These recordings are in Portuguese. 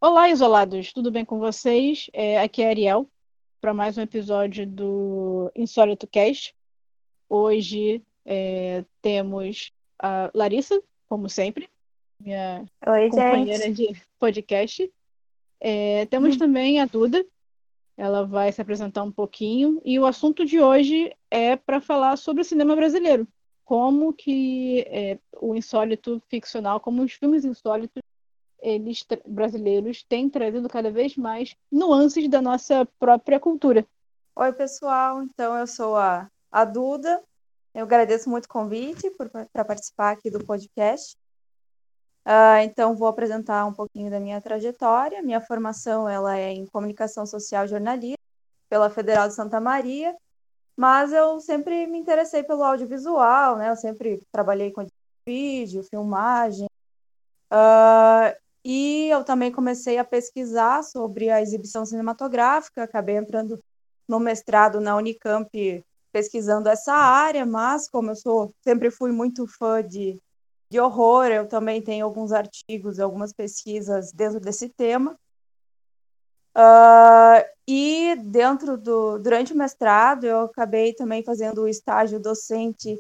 Olá, isolados, tudo bem com vocês? Aqui é a Ariel, para mais um episódio do Insólito Cast. Hoje temos a Larissa, como sempre, minha Oi, companheira gente. de podcast. Temos também a Duda, ela vai se apresentar um pouquinho. E o assunto de hoje é para falar sobre o cinema brasileiro. Como que o insólito ficcional, como os filmes insólitos brasileiros têm trazido cada vez mais nuances da nossa própria cultura. Oi, pessoal. Então, eu sou a Duda. Eu agradeço muito o convite para participar aqui do podcast. Então, vou apresentar um pouquinho da minha trajetória. Minha formação ela é em comunicação social e jornalismo pela Federal de Santa Maria, mas eu sempre me interessei pelo audiovisual, né? Eu sempre trabalhei com vídeo, filmagem, e eu também comecei a pesquisar sobre a exibição cinematográfica, acabei entrando no mestrado na Unicamp pesquisando essa área, mas como sempre fui muito fã de horror, eu também tenho alguns artigos, algumas pesquisas dentro desse tema. E durante o mestrado, eu acabei também fazendo o estágio docente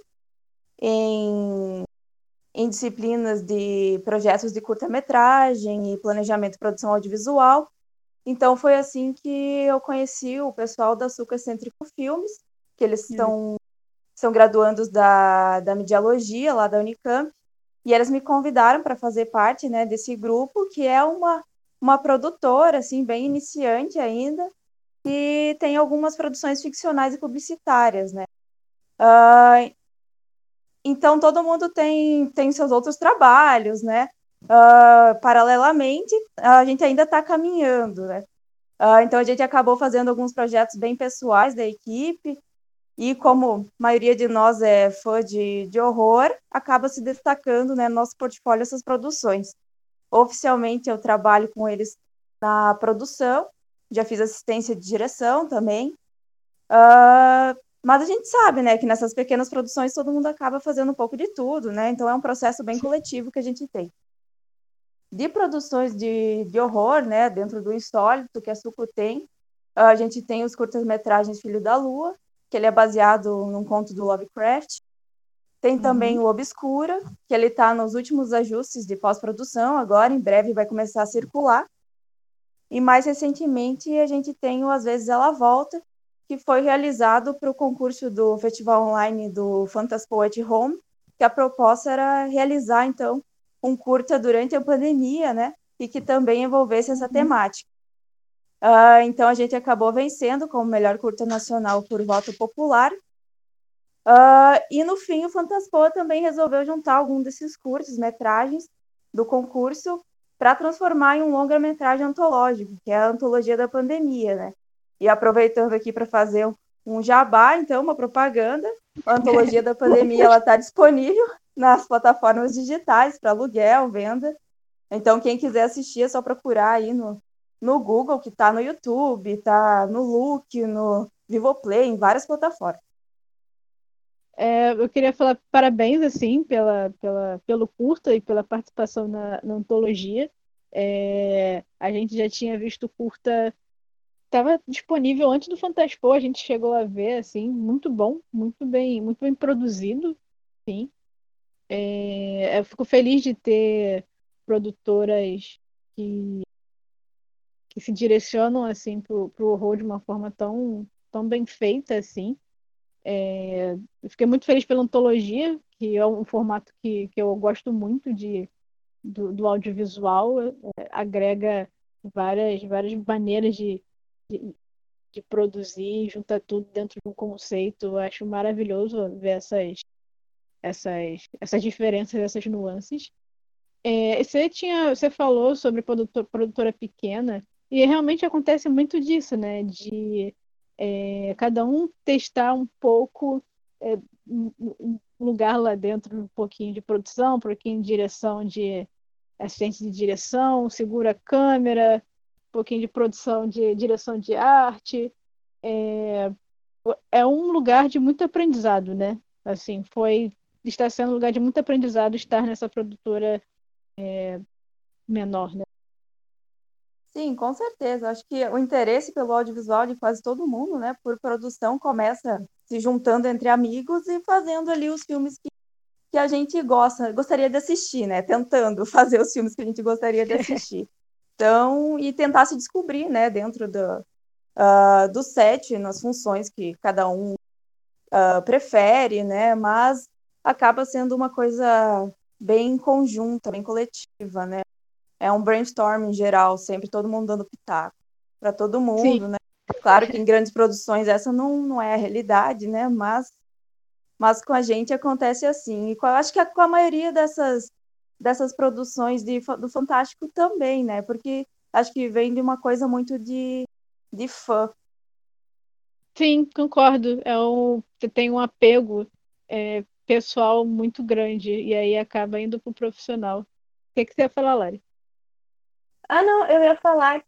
em disciplinas de projetos de curta-metragem e planejamento e produção audiovisual. Então, foi assim que eu conheci o pessoal da Suca Cêntrico Filmes, que eles são graduandos da Mediologia, lá da Unicamp, e eles me convidaram para fazer parte, né, desse grupo, que é uma produtora, assim, bem iniciante ainda, e tem algumas produções ficcionais e publicitárias, né? Então, todo mundo tem seus outros trabalhos, né? Paralelamente, a gente ainda está caminhando, né? Então, a gente acabou fazendo alguns projetos bem pessoais da equipe, e como a maioria de nós é fã de horror, acaba se destacando, né, no nosso portfólio essas produções. Oficialmente, eu trabalho com eles na produção, já fiz assistência de direção também, mas a gente sabe, né, que nessas pequenas produções todo mundo acaba fazendo um pouco de tudo, né? Então é um processo bem coletivo que a gente tem. De produções de horror, né, dentro do insólito que a Suco tem, a gente tem os curtas-metragens Filho da Lua, que ele é baseado num conto do Lovecraft. Tem também o Obscura, que ele está nos últimos ajustes de pós-produção, agora em breve vai começar a circular. E mais recentemente a gente tem o Às vezes Ela Volta, que foi realizado para o concurso do Festival Online do Fantaspoa at Home, que a proposta era realizar, então, um curta durante a pandemia, né? E que também envolvesse essa temática. Então, a gente acabou vencendo como melhor curta nacional por voto popular. E, no fim, o Fantaspoa também resolveu juntar algum desses curtas, metragens do concurso, para transformar em um longa-metragem antológico, que é a Antologia da Pandemia, né? E aproveitando aqui para fazer um jabá, então, uma propaganda, a Antologia da Pandemia ela está disponível nas plataformas digitais para aluguel, venda. Então, quem quiser assistir é só procurar aí no Google, que está no YouTube, está no Look, no Vivoplay, em várias plataformas. Eu queria falar parabéns assim pelo curta e pela participação na antologia. A gente já tinha visto o curta, estava disponível antes do Fantaspo, a gente chegou a ver assim, muito bom, muito bem produzido, sim. Eu fico feliz de ter produtoras que se direcionam assim pro horror de uma forma tão bem feita assim. Eu fiquei muito feliz pela antologia, que é um formato que eu gosto muito do audiovisual, agrega várias maneiras de produzir, junta tudo dentro de um conceito. Eu acho maravilhoso ver essas diferenças, essas nuances. Você falou sobre produtora pequena, e realmente acontece muito disso, né? De cada um testar um pouco, um lugar lá dentro, um pouquinho de produção, um pouquinho de direção, de assistente de direção, segura a câmera, um pouquinho de produção de direção de arte. É um lugar de muito aprendizado, né? Assim, está sendo um lugar de muito aprendizado estar nessa produtora menor, né? Sim, com certeza. Acho que o interesse pelo audiovisual de quase todo mundo, né, por produção, começa se juntando entre amigos e fazendo ali os filmes que a gente gostaria de assistir, né? Tentando fazer os filmes que a gente gostaria de assistir. Então, e tentar se descobrir, né, dentro do set, nas funções que cada um prefere, né? Mas acaba sendo uma coisa bem conjunta, bem coletiva, né? É um brainstorming geral, sempre todo mundo dando pitaco para todo Sim. mundo, né? Claro que em grandes produções essa não é a realidade, né? Mas com a gente acontece assim. E acho que com a maioria dessas produções do Fantástico também, né? Porque acho que vem de uma coisa muito de fã. Sim, concordo. Você tem um apego pessoal muito grande e aí acaba indo para o profissional. O que você ia falar, Lari? Ah, não, eu ia falar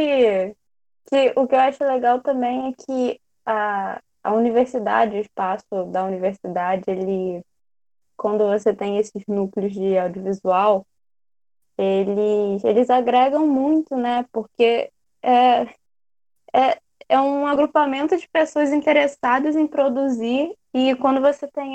que o que eu acho legal também é que a universidade, o espaço da universidade, quando você tem esses núcleos de audiovisual, eles agregam muito, né? Porque é, é, é um agrupamento de pessoas interessadas em produzir, e quando você tem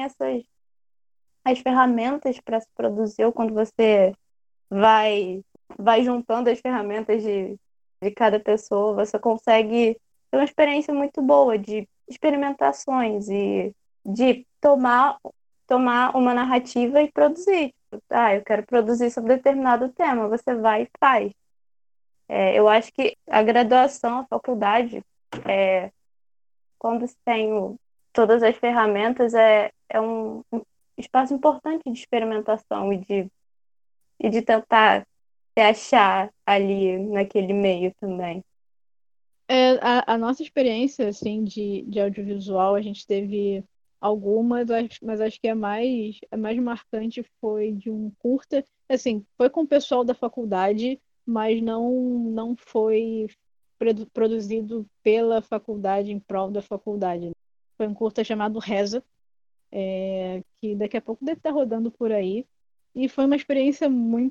as ferramentas para se produzir, ou quando você vai, vai juntando as ferramentas de cada pessoa, você consegue ter uma experiência muito boa de experimentações e de tomar uma narrativa e produzir. Tipo, eu quero produzir sobre determinado tema, você vai e faz. Eu acho que a graduação, a faculdade, quando se tem todas as ferramentas, é um espaço importante de experimentação e de tentar se achar ali naquele meio também. A nossa experiência assim, de audiovisual, a gente teve algumas, mas acho que a mais marcante foi de um curta. Assim, foi com o pessoal da faculdade, mas não foi produzido pela faculdade em prol da faculdade, né? Foi um curta chamado Reza, que daqui a pouco deve estar rodando por aí. E foi uma experiência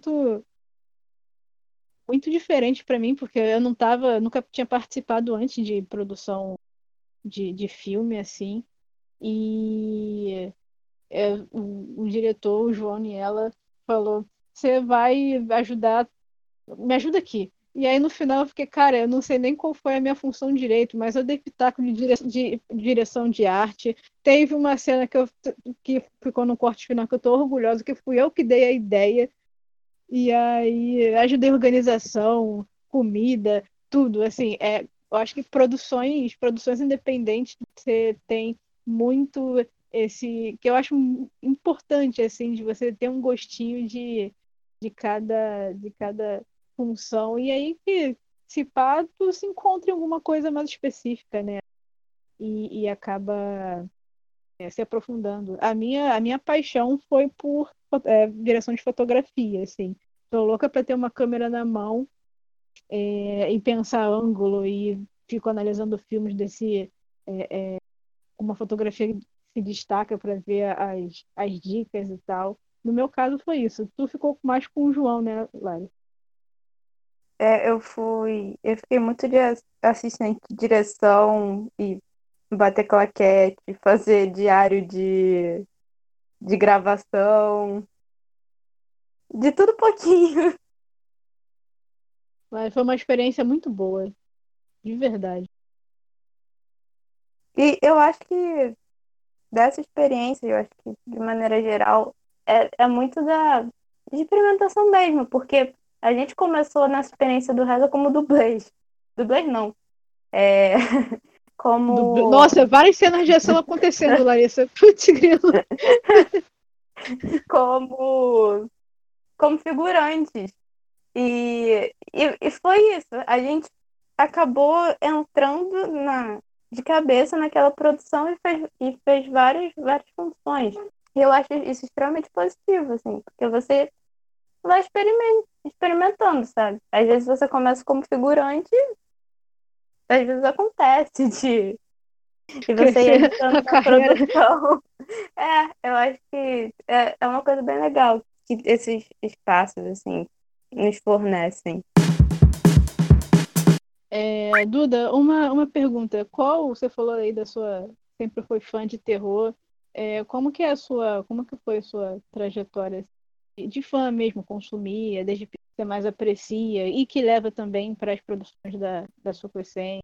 muito diferente para mim, porque eu nunca tinha participado antes de produção de filme assim. E o diretor, o João Niela, falou: Você vai ajudar, me ajuda aqui. E aí no final eu fiquei, cara, eu não sei nem qual foi a minha função direito, mas eu dei pitaco de direção de arte. Teve uma cena que ficou no corte final que eu tô orgulhosa, que fui eu que dei a ideia. E aí ajudei a organização, comida, tudo. Assim, eu acho que produções independentes, você tem muito que eu acho importante, assim, de você ter um gostinho de cada função. E aí que, se pá, tu se encontra em alguma coisa mais específica, né? E acaba se aprofundando. A minha paixão foi por direção de fotografia, assim. Tô louca para ter uma câmera na mão e pensar ângulo e fico analisando filmes uma fotografia que se destaca para ver as dicas e tal. No meu caso foi isso. Tu ficou mais com o João, né, Lari? Eu fiquei muito de assistente de direção e bater claquete, fazer diário de gravação, de tudo um pouquinho. Mas foi uma experiência muito boa, de verdade. E eu acho que dessa experiência, eu acho que de maneira geral, é muito de experimentação mesmo, porque a gente começou nessa experiência do Reza como dublês. Dublês não. É, como, Nossa, várias cenas de ação acontecendo, Larissa. Putz, grilo. como, como figurantes. E foi isso. A gente acabou entrando de cabeça naquela produção e fez várias funções. E eu acho isso extremamente positivo, assim, porque você vai experimentando, sabe? Às vezes você começa como figurante, às vezes acontece de você ir Crescer entrando a na carreira. produção. Eu acho que é uma coisa bem legal que esses espaços, assim, nos fornecem. Duda, uma pergunta. Você falou aí da sua, sempre foi fã de terror. Como que é como que foi a sua trajetória de fã mesmo, consumir, desde que você mais aprecia e que leva também para as produções da Sucocém?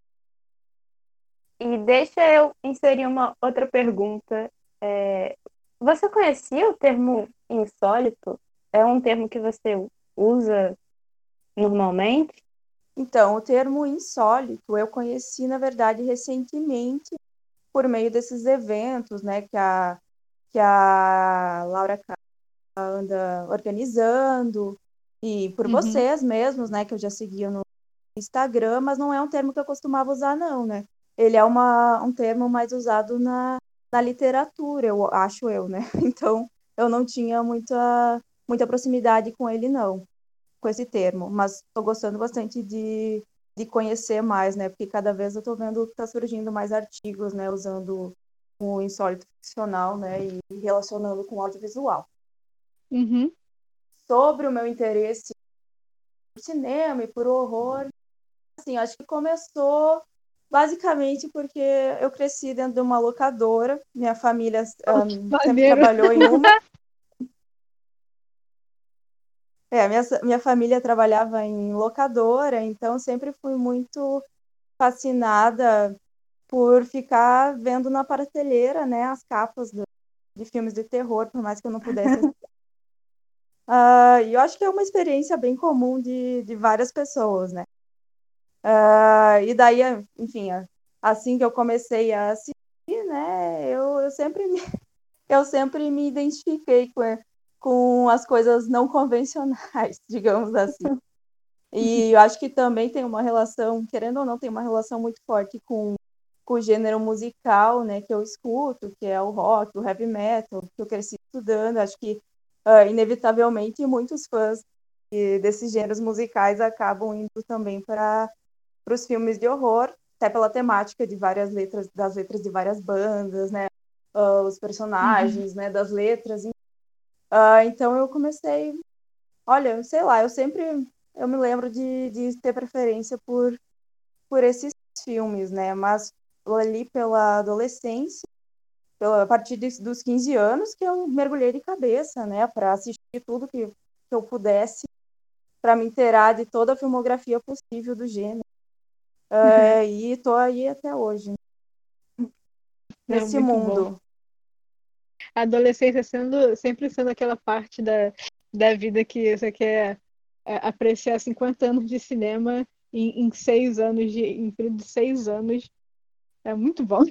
E deixa eu inserir uma outra pergunta. Você conhecia o termo insólito? É um termo que você usa normalmente? Então, o termo insólito eu conheci, na verdade, recentemente, por meio desses eventos, né, que a Laura K anda organizando, e por Uhum. vocês mesmos, né, que eu já seguia no Instagram, mas não é um termo que eu costumava usar, não, né? Ele é um termo mais usado na literatura, eu acho eu, né? Então, eu não tinha muita proximidade com ele, não, com esse termo, mas estou gostando bastante de conhecer mais, né? Porque cada vez eu estou vendo que está surgindo mais artigos, né? Usando o insólito ficcional, né? E relacionando com o audiovisual. Uhum. Sobre o meu interesse por cinema e por horror, assim, acho que começou basicamente porque eu cresci dentro de uma locadora, minha família sempre Maneiro. trabalhou em uma. Minha família trabalhava em locadora, então sempre fui muito fascinada por ficar vendo na prateleira, né, as capas de filmes de terror, por mais que eu não pudesse assistir. E eu acho que é uma experiência bem comum de várias pessoas, né? E daí, enfim, assim que eu comecei a assistir, né, eu sempre me identifiquei com as coisas não convencionais, digamos assim. E eu acho que também tem uma relação, querendo ou não, tem uma relação muito forte com o gênero musical, né, que eu escuto, que é o rock, o heavy metal, que eu cresci estudando. Acho que, inevitavelmente, muitos fãs desses gêneros musicais acabam indo também para os filmes de horror, até pela temática das letras de várias bandas, né, os Uhum. personagens, né, das letras. Então eu comecei, olha, sei lá, eu me lembro de ter preferência por esses filmes, né, mas ali pela adolescência, a partir dos 15 anos, que eu mergulhei de cabeça, né, para assistir tudo que eu pudesse, para me inteirar de toda a filmografia possível do gênero. E tô aí até hoje, Não, nesse muito bom. mundo. A adolescência sempre sendo aquela parte da vida que você quer apreciar 50 anos de cinema em 6 anos, em período de 6 anos. É muito bom.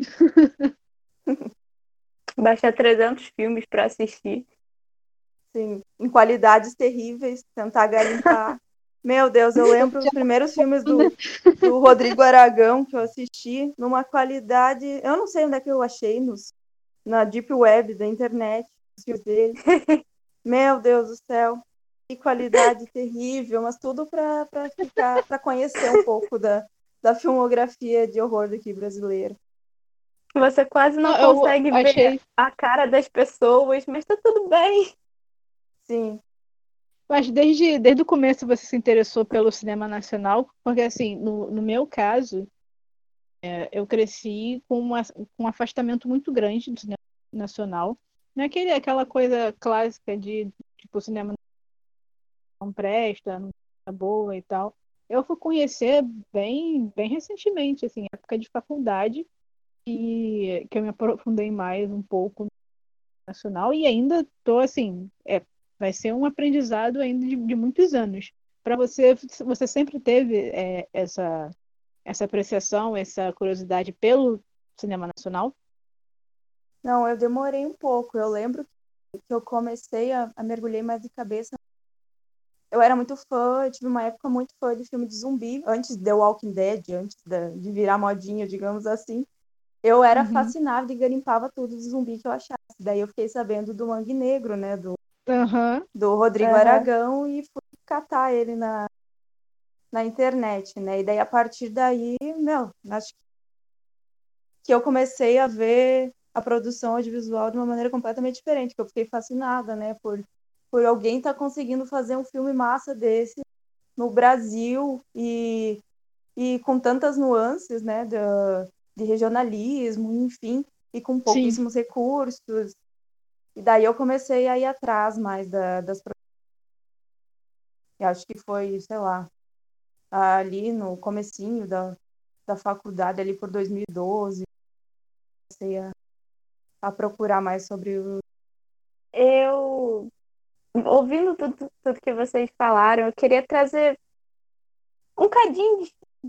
Baixar 300 filmes para assistir. Sim, em qualidades terríveis, tentar garimpar. Meu Deus, eu lembro os primeiros filmes do Rodrigo Aragão que eu assisti numa qualidade. Eu não sei onde é que eu achei, na Deep Web da internet, os filmes dele. Meu Deus do céu, que qualidade terrível, mas tudo para conhecer um pouco da filmografia de horror daqui brasileira. Você quase não Não, eu consegue ver achei, a cara das pessoas, mas tá tudo bem. Sim, mas desde o começo você se interessou pelo cinema nacional, porque assim, no meu caso, eu cresci com um afastamento muito grande do cinema nacional. Não é aquela coisa clássica de tipo, o cinema não presta, não é boa e tal. Eu fui conhecer bem recentemente, assim, época de faculdade, e que eu me aprofundei mais um pouco no nacional e ainda tô assim, vai ser um aprendizado ainda de muitos anos. Para você sempre teve essa apreciação, essa curiosidade pelo cinema nacional? não, eu demorei um pouco. Eu lembro que eu comecei a mergulhar mais de cabeça. Eu era muito fã, eu tive uma época muito fã de filme de zumbi, antes de The Walking Dead, antes de virar modinha, digamos assim. Eu era Uhum. fascinada e garimpava tudo de zumbi que eu achasse. Daí eu fiquei sabendo do Mangue Negro, né, Aham. do Rodrigo Aham. Aragão, e fui catar ele na internet, né? E daí, a partir daí, meu, acho que eu comecei a ver a produção audiovisual de uma maneira completamente diferente, que eu fiquei fascinada, né, por alguém estar conseguindo fazer um filme massa desse no Brasil e com tantas nuances, né, de regionalismo, enfim, e com Sim, pouquíssimos recursos. E daí eu comecei a ir atrás mais das eu acho que foi, sei lá, ali no comecinho da faculdade, ali por 2012, comecei a procurar mais sobre o... Eu, ouvindo tudo que vocês falaram, eu queria trazer um cadinho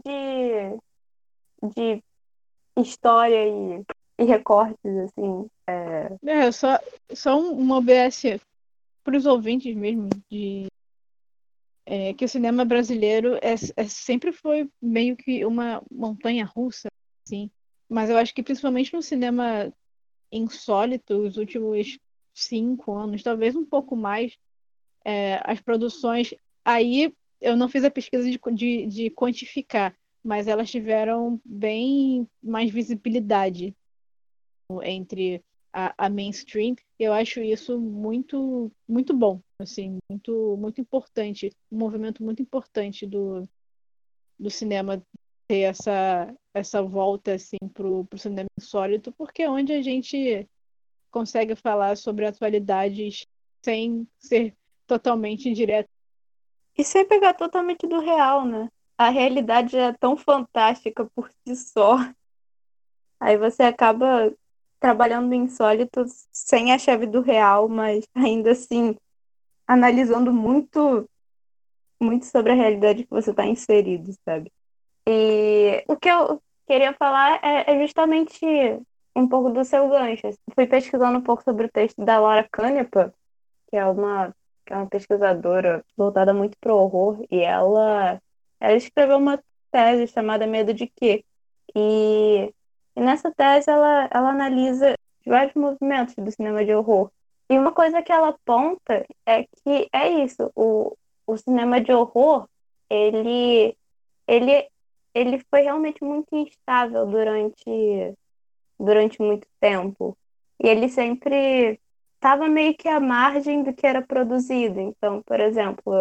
de história e recortes, assim. só uma OBS para os ouvintes mesmo, que o cinema brasileiro sempre foi meio que uma montanha russa, assim. Mas eu acho que principalmente no cinema insólito, os últimos 5 anos, talvez um pouco mais, as produções. Aí eu não fiz a pesquisa de quantificar, mas elas tiveram bem mais visibilidade entre a mainstream. Eu acho isso muito, muito bom, assim, muito, muito importante, um movimento muito importante do cinema ter essa volta assim pro cinema insólito, porque é onde a gente consegue falar sobre atualidades sem ser totalmente direto. E sem pegar totalmente do real, né? A realidade já é tão fantástica por si só. Aí você acaba trabalhando no insólito sem a chave do real, mas ainda assim analisando muito, muito sobre a realidade que você está inserido, sabe? E o que eu queria falar é justamente um pouco do seu gancho. Fui pesquisando um pouco sobre o texto da Laura Canepa, que é uma pesquisadora voltada muito pro horror, e ela escreveu uma tese chamada Medo de Quê? E, e nessa tese ela analisa vários movimentos do cinema de horror. E uma coisa que ela aponta é que é isso, o cinema de horror, ele, ele, ele foi realmente muito instável durante muito tempo. E ele sempre estava meio que à margem do que era produzido. Então, por exemplo,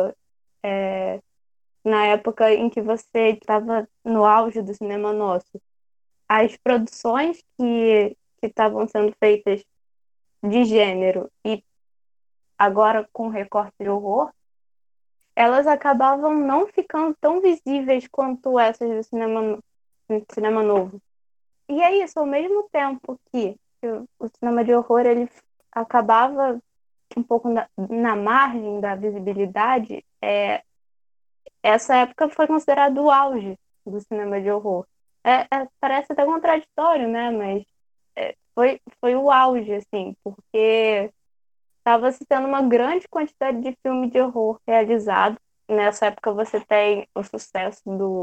na época em que você estava no auge do cinema nosso, as produções que estavam sendo feitas de gênero e agora com recorte de horror, elas acabavam não ficando tão visíveis quanto essas do cinema novo. E é isso, ao mesmo tempo que o cinema de horror ele acabava um pouco na margem da visibilidade, essa época foi considerado o auge do cinema de horror. Parece até contraditório, né? Mas foi o auge, assim, porque estava se tendo uma grande quantidade de filme de horror realizado. Nessa época você tem o sucesso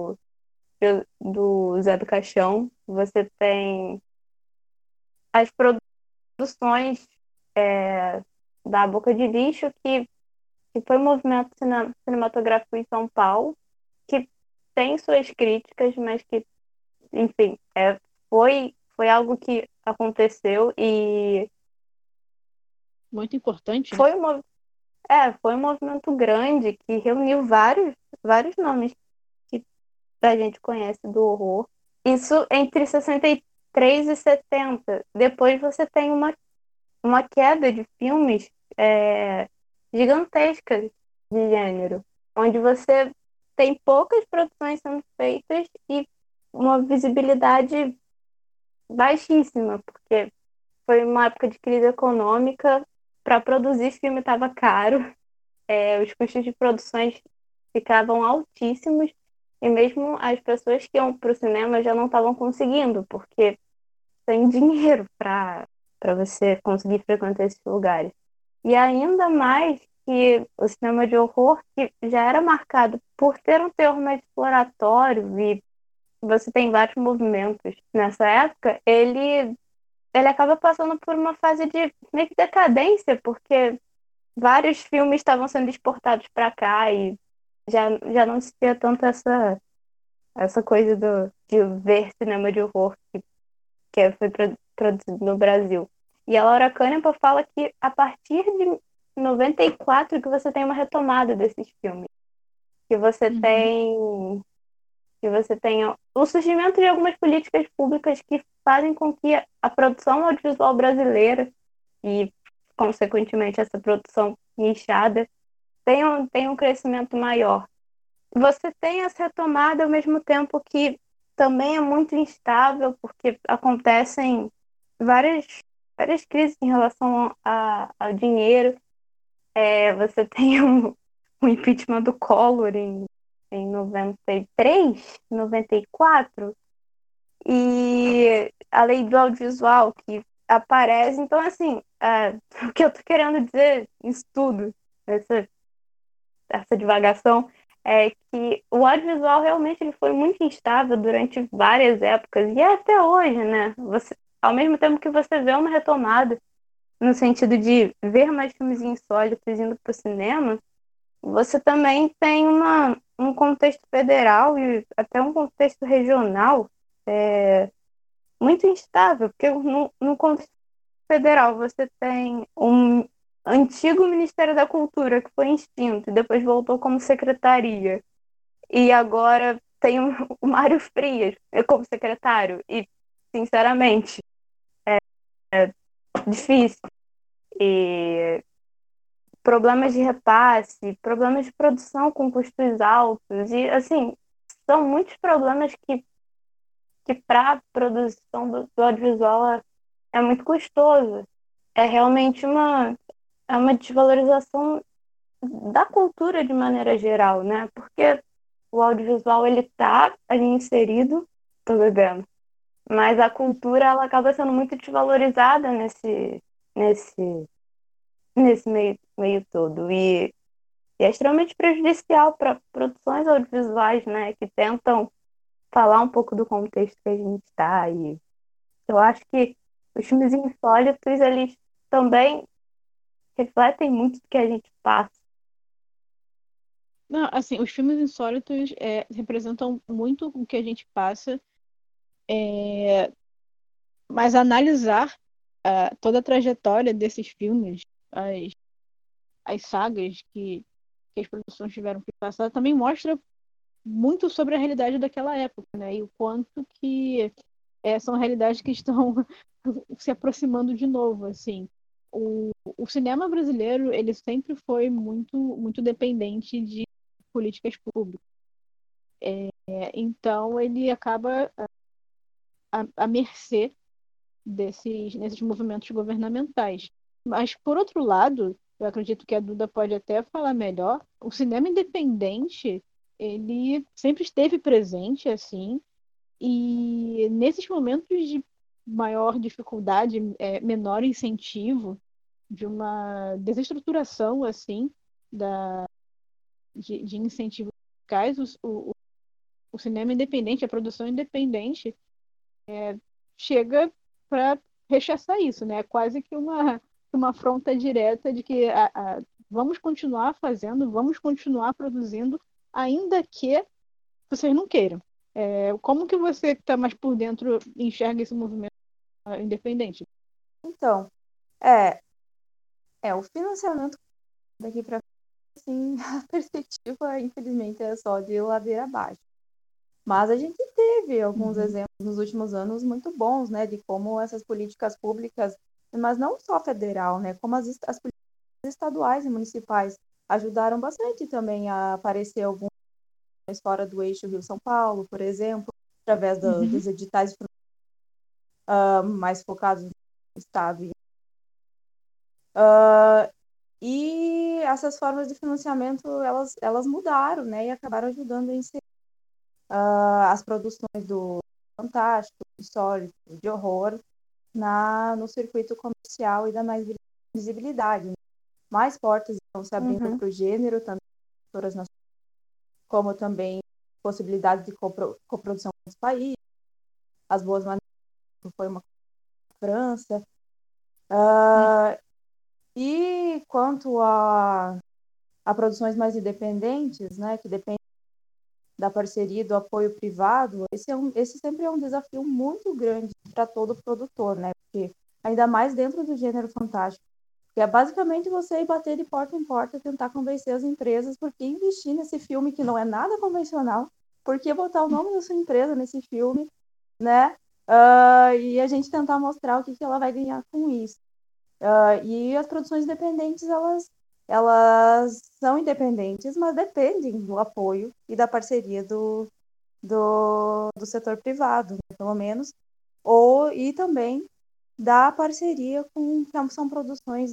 do Zé do Caixão, você tem as produções da Boca de Lixo, que foi um movimento cinematográfico em São Paulo, que tem suas críticas, mas que, enfim, foi algo que aconteceu e Muito importante, né? foi foi um movimento grande que reuniu vários nomes que a gente conhece do horror. Isso entre 63 e 70. Depois você tem uma queda de filmes gigantescas de gênero, onde você tem poucas produções sendo feitas e uma visibilidade baixíssima, porque foi uma época de crise econômica, para produzir filme estava caro, os custos de produções ficavam altíssimos, e mesmo as pessoas que iam para o cinema já não estavam conseguindo, porque tem dinheiro para você conseguir frequentar esses lugares. E ainda mais que o cinema de horror, que já era marcado por ter um teor mais exploratório e você tem vários movimentos nessa época, ele acaba passando por uma fase de meio que decadência, porque vários filmes estavam sendo exportados para cá e já não se tinha tanto essa coisa de ver cinema de horror que foi produzido no Brasil. E a Laura Canepa fala que a partir de 94 que você tem uma retomada desses filmes. Que você Uhum. tem que você tenha o surgimento de algumas políticas públicas que fazem com que a produção audiovisual brasileira e, consequentemente, essa produção nichada tenha um crescimento maior. Você tem essa retomada ao mesmo tempo que também é muito instável, porque acontecem várias, várias crises em relação ao dinheiro. Você tem um impeachment do Collor em 93, 94, e a lei do audiovisual que aparece. Então, assim, o que eu tô querendo dizer isso tudo, essa divagação, é que o audiovisual realmente ele foi muito instável durante várias épocas, e é até hoje, né? Ao mesmo tempo que você vê uma retomada, no sentido de ver mais filmes insólitos indo para o cinema, você também tem um contexto federal e até um contexto regional muito instável, porque no contexto federal você tem um antigo Ministério da Cultura que foi extinto e depois voltou como secretaria, e agora tem o Mário Frias como secretário, e sinceramente difícil. E problemas de repasse, problemas de produção com custos altos, e assim, são muitos problemas que para a produção do audiovisual é muito custoso. É realmente uma desvalorização da cultura de maneira geral, né? Porque o audiovisual ele está ali inserido, tô bebendo, mas a cultura ela acaba sendo muito desvalorizada nesse, nesse meio todo. E é extremamente prejudicial para produções audiovisuais, né, que tentam falar um pouco do contexto que a gente está. E eu acho que os filmes insólitos, eles também refletem muito do que a gente passa. Não, assim, os filmes insólitos representam muito o que a gente passa, mas analisar toda a trajetória desses filmes, as sagas que as produções tiveram que passar, também mostra muito sobre a realidade daquela época, né? E o quanto que são realidades que estão se aproximando de novo, assim. O cinema brasileiro, ele sempre foi muito, muito dependente de políticas públicas. Então, ele acaba à mercê nesses movimentos governamentais. Mas, por outro lado, eu acredito que a Duda pode até falar melhor, o cinema independente, ele sempre esteve presente, assim, e nesses momentos de maior dificuldade, menor incentivo, de uma desestruturação, assim, de incentivos fiscais, o cinema independente, a produção independente, chega para rechaçar isso, né? É quase que uma afronta direta de que vamos continuar fazendo, vamos continuar produzindo, ainda que vocês não queiram. Como que você que está mais por dentro enxerga esse movimento independente? Então, o financiamento daqui para assim, a perspectiva, infelizmente, é só de ladeira abaixo. Mas a gente teve alguns exemplos nos últimos anos muito bons, né, de como essas políticas públicas, mas não só federal, né, como as políticas estaduais e municipais ajudaram bastante também a aparecer alguns fora do eixo Rio-São Paulo, por exemplo, através dos editais mais focados no estado. E essas formas de financiamento, elas mudaram, né, e acabaram ajudando a inserir as produções do fantástico, histórico, de horror no circuito comercial e da mais visibilidade, né? Mais portas estão se abrindo para o gênero, tanto como também possibilidades de coprodução com os países, as boas maneiras, foi uma França. E quanto a produções mais independentes, né, que dependem da parceria e do apoio privado, esse sempre é um desafio muito grande para todo produtor, né? Porque ainda mais dentro do gênero fantástico, que é basicamente você ir bater de porta em porta, tentar convencer as empresas, porque investir nesse filme que não é nada convencional, por que botar o nome da sua empresa nesse filme, né? E a gente tentar mostrar o que ela vai ganhar com isso. E as produções independentes, elas são independentes, mas dependem do apoio e da parceria do setor privado, né, pelo menos, e também da parceria com que são produções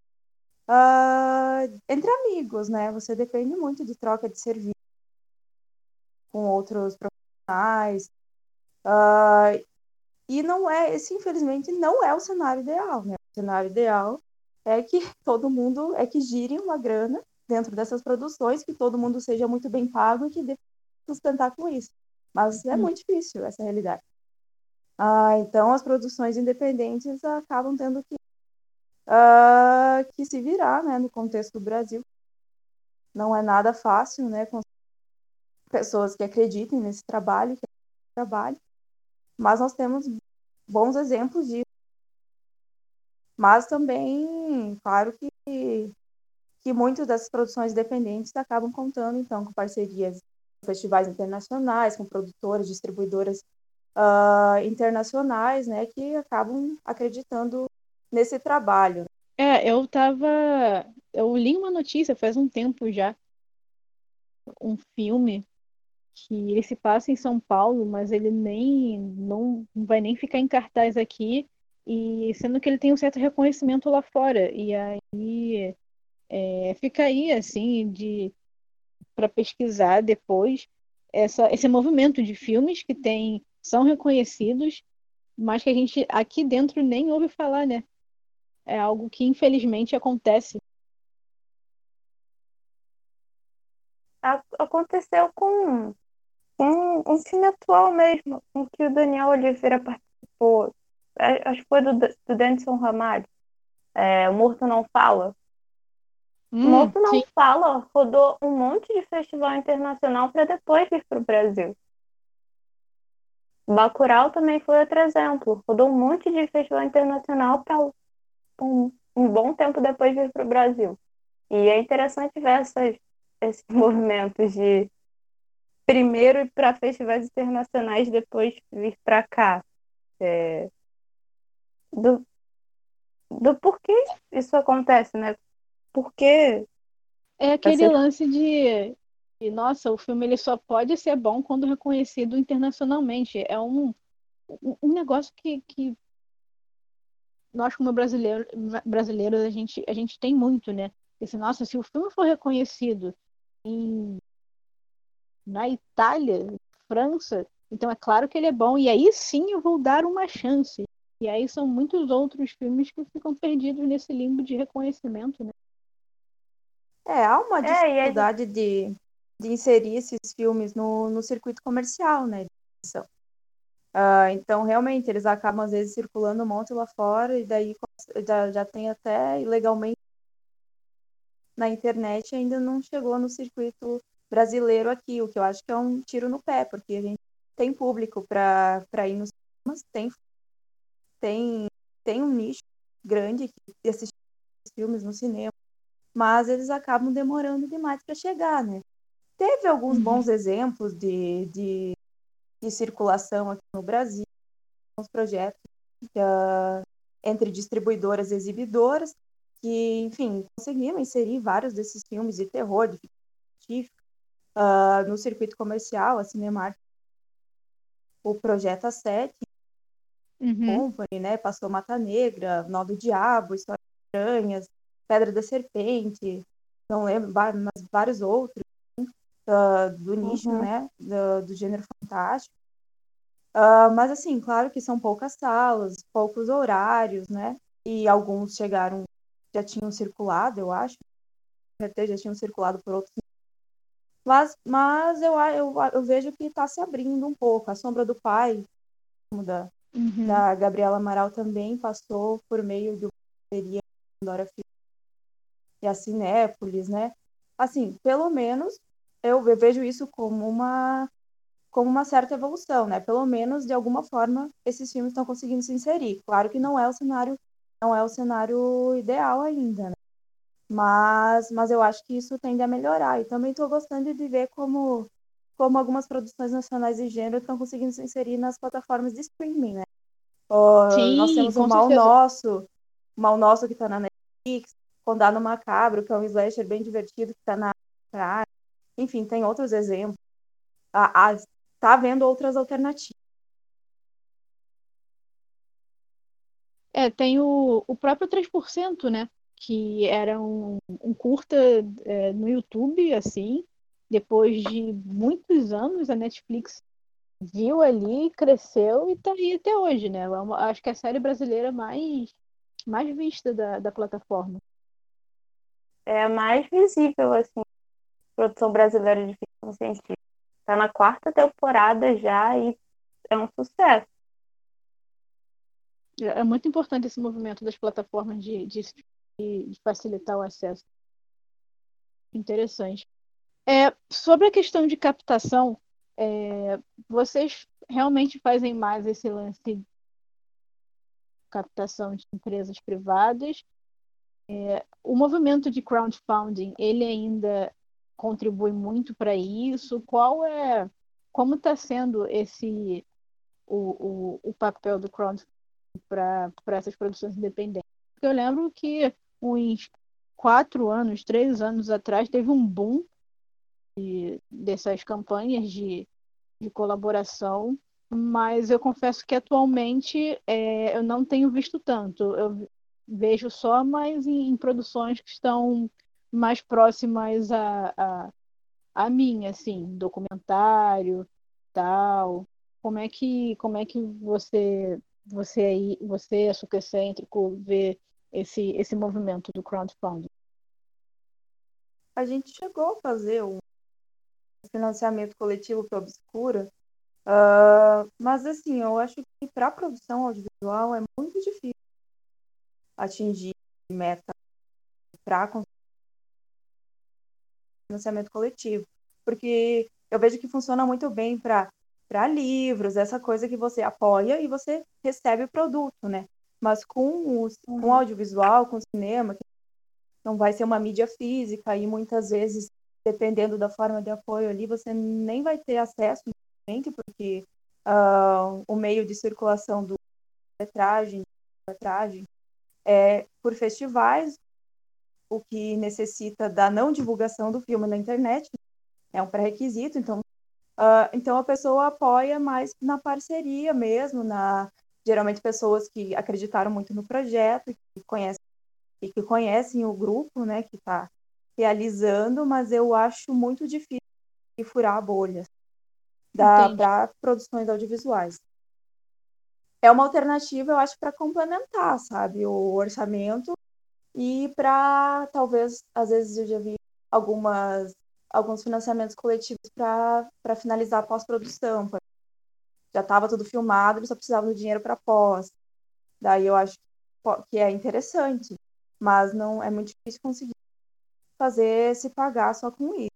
entre amigos, né? Você depende muito de troca de serviço com outros profissionais, e esse infelizmente não é o cenário ideal, né? O cenário ideal é que que gire uma grana dentro dessas produções, que todo mundo seja muito bem pago e que dê pra sustentar com isso. Mas é muito difícil essa realidade. Então as produções independentes acabam tendo que se virar, né, no contexto do Brasil. Não é nada fácil, né, com pessoas que acreditem nesse trabalho, mas nós temos bons exemplos disso. Mas também, claro que muitas dessas produções independentes acabam contando, então, com parcerias com festivais internacionais, com produtoras, distribuidoras internacionais, né, que acabam acreditando nesse trabalho. Eu li uma notícia faz um tempo já, um filme que ele se passa em São Paulo, mas ele não vai nem ficar em cartaz aqui, e sendo que ele tem um certo reconhecimento lá fora. E aí fica aí, assim, para pesquisar depois esse movimento de filmes que são reconhecidos, mas que a gente aqui dentro nem ouve falar, né? É algo que infelizmente acontece. Aconteceu com um filme atual mesmo, em que o Daniel Oliveira participou. Acho que foi do Denison Ramalho. O Morto Não Fala. O Morto Não Sim. Fala rodou um monte de festival internacional para depois vir para o Brasil. Bacurau também foi outro exemplo. Rodou um monte de festival internacional para um bom tempo depois vir para o Brasil. E é interessante ver esses movimentos de primeiro ir para festivais internacionais, depois vir para cá. Do porquê isso acontece, né? Porque É aquele lance nossa, o filme ele só pode ser bom quando reconhecido internacionalmente. É um negócio que nós, como brasileiros, a gente tem muito, né? Esse, nossa, se o filme for reconhecido na Itália, França, então é claro que ele é bom. E aí sim eu vou dar uma chance. E aí são muitos outros filmes que ficam perdidos nesse limbo de reconhecimento, né? Há uma dificuldade de inserir esses filmes no circuito comercial, né? Então, realmente, eles acabam, às vezes, circulando um monte lá fora, e daí já tem até ilegalmente na internet, ainda não chegou no circuito brasileiro aqui, o que eu acho que é um tiro no pé, porque a gente tem público para ir nos cinemas, tem um nicho grande de assistir filmes no cinema, mas eles acabam demorando demais para chegar, né? Teve alguns bons exemplos de circulação aqui no Brasil, uns projetos entre distribuidoras e exibidoras, que, enfim, conseguiram inserir vários desses filmes de terror, de ficção científica, no circuito comercial, a Cinemark, o Projeto A7, Company, né, passou Mata Negra, Nó do Diabo, Histórias Estranhas, Pedra da Serpente, não lembro, mas vários outros, do nicho, né, do gênero fantástico. Mas, assim, claro que são poucas salas, poucos horários, né? E alguns já tinham circulado, eu acho. Já tinham circulado por outros. Mas eu vejo que está se abrindo um pouco. A Sombra do Pai, da Gabriela Amaral, também passou por meio de uma parceria com Dora Filho e a Cinépolis, né? Assim, pelo menos eu vejo isso como uma certa evolução, né? Pelo menos, de alguma forma, esses filmes estão conseguindo se inserir. Claro que não é o cenário ideal ainda, né? Mas eu acho que isso tende a melhorar. E também estou gostando de ver como como algumas produções nacionais de gênero estão conseguindo se inserir nas plataformas de streaming, né? Nós Sim, temos o com certeza. Mal Nosso que está na Netflix, Condado Macabro, que é um slasher bem divertido que está na Prime. Enfim, tem outros exemplos. Tá havendo outras alternativas. Tem o próprio 3%, né? Que era um curta no YouTube, assim. Depois de muitos anos, a Netflix viu ali, cresceu e tá aí até hoje, né? Acho que é a série brasileira mais vista da plataforma. É a mais visível, assim, produção brasileira de ficção científica. Tá na 4ª temporada já e é um sucesso. É muito importante esse movimento das plataformas de facilitar o acesso. Interessante. Sobre a questão de captação, vocês realmente fazem mais esse lance de captação de empresas privadas? O movimento de crowdfunding, ele ainda contribui muito para isso? Como está sendo o papel do crowdfunding para essas produções independentes? Porque eu lembro que uns 4 anos, 3 anos atrás, teve um boom dessas campanhas de colaboração, mas eu confesso que atualmente eu não tenho visto tanto. Eu vejo só mais em produções que estão mais próximas a mim, assim, documentário, tal. Como é que você, Açúcar Excêntrico, vê esse movimento do crowdfunding? A gente chegou a fazer um financiamento coletivo para Obscura, mas assim, eu acho que para a produção audiovisual é muito difícil atingir meta para financiamento coletivo, porque eu vejo que funciona muito bem para livros, essa coisa que você apoia e você recebe o produto, né? Mas com audiovisual, com cinema, que não vai ser uma mídia física e muitas vezes, dependendo da forma de apoio ali, você nem vai ter acesso, porque o meio de circulação do metragem é por festivais, o que necessita da não divulgação do filme na internet, é um pré-requisito, então a pessoa apoia mais na parceria mesmo, geralmente pessoas que acreditaram muito no projeto, que conhecem o grupo, né, que está realizando, mas eu acho muito difícil de furar a bolha Entende? para produções audiovisuais. É uma alternativa, eu acho, para complementar, sabe, o orçamento e para, talvez, às vezes eu já vi alguns financiamentos coletivos para finalizar a pós-produção. Já estava tudo filmado, eles só precisavam do dinheiro para pós. Daí eu acho que é interessante, mas não é muito difícil conseguir fazer se pagar só com isso.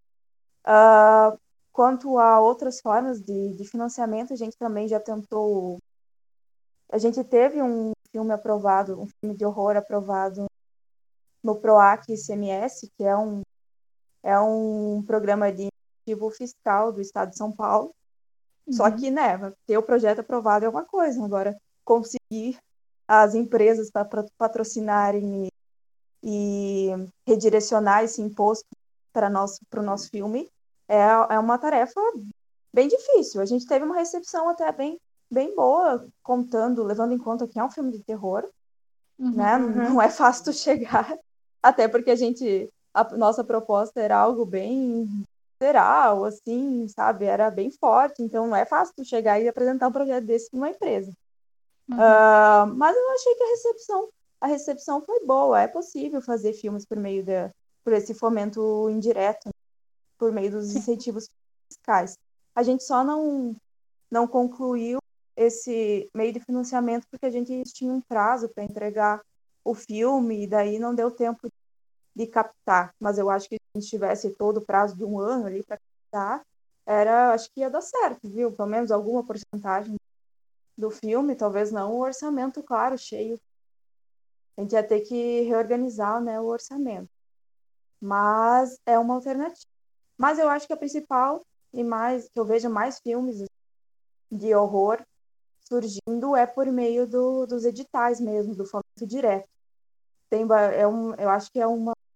Quanto a outras formas de financiamento, a gente também já tentou. A gente teve um filme aprovado, um filme de horror aprovado no PROAC ICMS, que é um programa de incentivo fiscal do Estado de São Paulo. Só que, né, ter o projeto aprovado é uma coisa, agora conseguir as empresas para patrocinarem e redirecionar esse imposto para o nosso filme é uma tarefa bem difícil. A gente teve uma recepção até bem boa, levando em conta que é um filme de terror, né? Não é fácil tu chegar, até porque a nossa proposta era algo bem geral, assim, sabe? Era bem forte, então não é fácil tu chegar e apresentar um projeto desse para uma empresa. Mas eu achei que a recepção foi boa. É possível fazer filmes por esse fomento indireto, por meio dos Sim. incentivos fiscais. A gente só não concluiu esse meio de financiamento porque a gente tinha um prazo para entregar o filme e daí não deu tempo de captar. Mas eu acho que se a gente tivesse todo o prazo de um ano ali para captar, acho que ia dar certo, viu? Pelo menos alguma porcentagem do filme, talvez não o orçamento, claro, cheio. A gente ia ter que reorganizar, né, o orçamento. Mas é uma alternativa. Mas eu acho que a principal e mais que eu vejo mais filmes de horror surgindo é por meio dos editais mesmo, do fomento direto. Eu acho que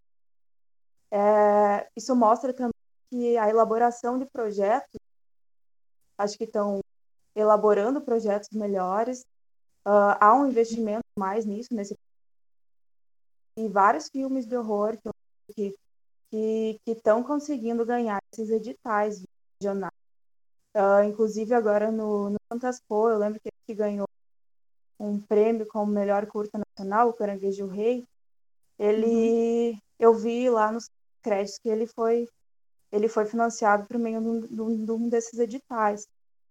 isso mostra também que a elaboração de projetos, acho que estão elaborando projetos melhores, há um investimento mais nisso, e vários filmes de horror que estão conseguindo ganhar esses editais regionais. Inclusive agora no Fantaspo, eu lembro que ele ganhou um prêmio como melhor curta nacional, o Caranguejo Rei. Eu vi lá nos créditos que ele foi financiado por meio de um desses editais.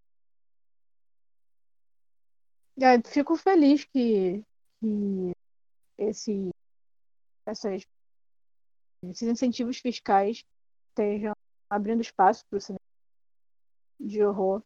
Fico feliz que esse, esses incentivos fiscais estejam abrindo espaço para o cinema de horror.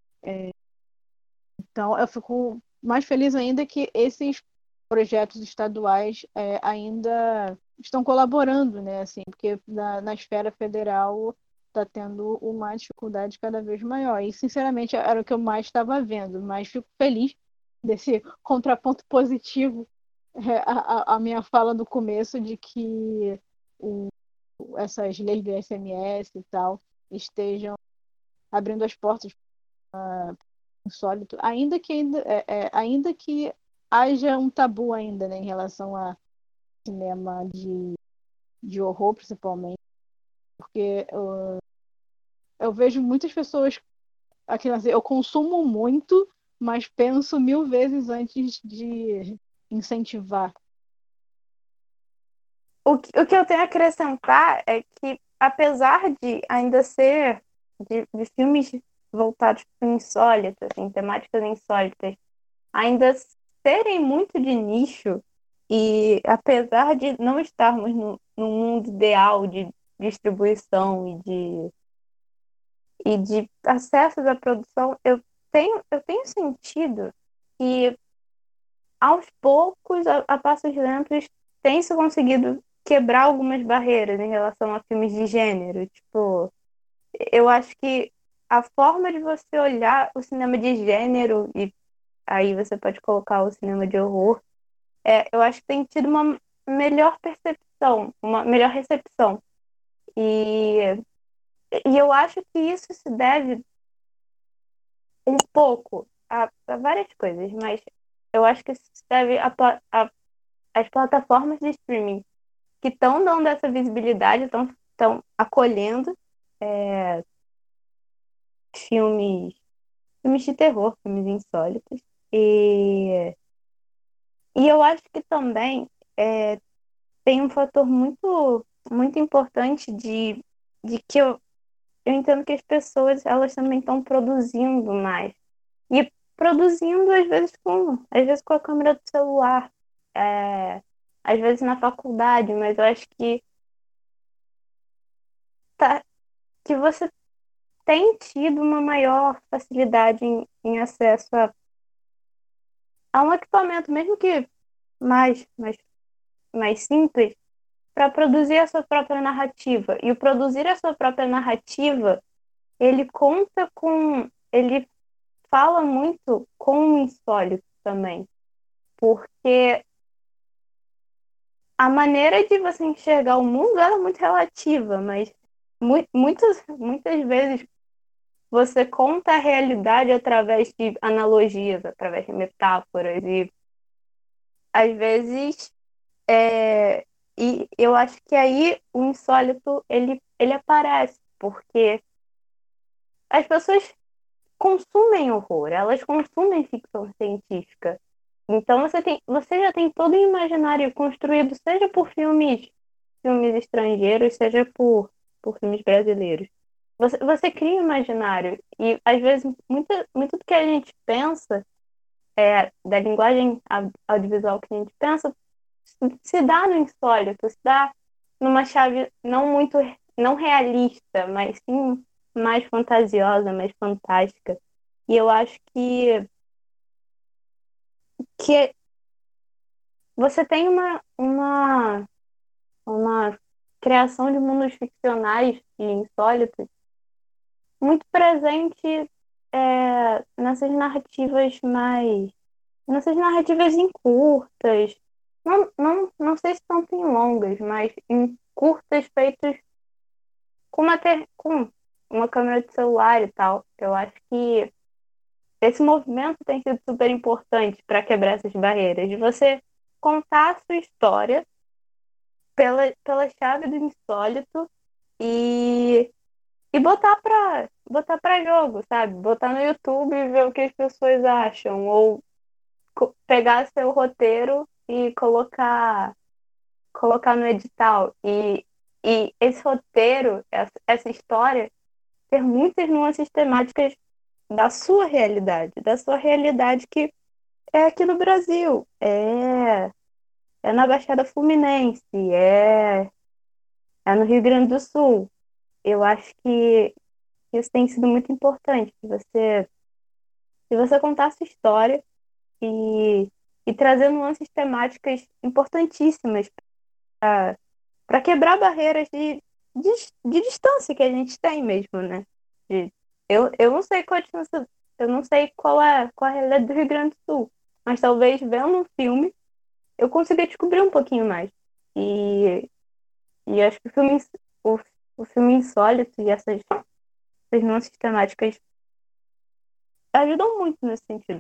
Então, eu fico mais feliz ainda que esses projetos estaduais ainda estão colaborando, né? Assim, porque na esfera federal está tendo uma dificuldade cada vez maior. E, sinceramente, era o que eu mais estava vendo. Mas fico feliz desse contraponto positivo a minha fala no começo de que essas leis do ICMS e tal estejam abrindo as portas insólito, ainda que haja um tabu ainda, né, em relação a cinema de horror, principalmente, porque eu vejo muitas pessoas aqui, assim, eu consumo muito, mas penso 1000 vezes antes de incentivar. O que eu tenho a acrescentar é que, apesar de ainda ser de filmes voltados para o insólito, assim, temáticas insólitas, ainda serem muito de nicho, e apesar de não estarmos no mundo ideal de distribuição e de acesso à produção, eu tenho sentido que, aos poucos, a passos lentos, tem se conseguido quebrar algumas barreiras em relação a filmes de gênero. Tipo, eu acho que a forma de você olhar o cinema de gênero, e aí você pode colocar o cinema de horror, eu acho que tem tido uma melhor percepção, uma melhor recepção. E, e eu acho que isso se deve um pouco a várias coisas, mas eu acho que isso se deve às plataformas de streaming que estão dando essa visibilidade, estão acolhendo é, filmes, filmes de terror, filmes insólitos. E, e eu acho que também tem um fator muito importante de que eu entendo que as pessoas elas também estão produzindo mais. E produzindo, às vezes com a câmera do celular, é, às vezes na faculdade, mas eu acho tá, que você tem tido uma maior facilidade em acesso a um equipamento, mesmo que mais, mais, mais simples, para produzir a sua própria narrativa. E o produzir a sua própria narrativa, ele fala muito com o insólito também, porque a maneira de você enxergar o mundo ela é muito relativa, mas muitas vezes você conta a realidade através de analogias, através de metáforas, e às vezes e eu acho que aí o insólito ele aparece, porque as pessoas consumem horror, elas consumem ficção científica. Então você já tem todo o imaginário construído, seja por filmes estrangeiros, seja por filmes brasileiros. Você cria um imaginário e às vezes muito do que a gente pensa da linguagem audiovisual que a gente pensa se dá no insólito, se dá numa chave não realista, mas sim mais fantasiosa, mais fantástica. E eu acho que você tem uma criação de mundos ficcionais e insólitos muito presente nessas narrativas nessas narrativas em curtas, não sei se tanto em longas, mas em curtas feitas com uma câmera de celular e tal. Eu acho que esse movimento tem sido super importante para quebrar essas barreiras, de você contar a sua história pela chave do insólito e, e botar para jogo, sabe? Botar no YouTube e ver o que as pessoas acham, ou pegar seu roteiro e colocar no edital. E esse roteiro, essa história, ter muitas nuances temáticas da sua realidade que é aqui no Brasil, é na Baixada Fluminense, é no Rio Grande do Sul. Eu acho que isso tem sido muito importante, se você contar a sua história e, e trazer nuances temáticas importantíssimas para quebrar barreiras de distância que a gente tem mesmo, né? De- eu não sei qual a distância, eu não sei qual é a realidade do Rio Grande do Sul, mas talvez vendo um filme eu consiga descobrir um pouquinho mais. E, e acho que o, o filme Insólito e essas nuances temáticas ajudam muito nesse sentido.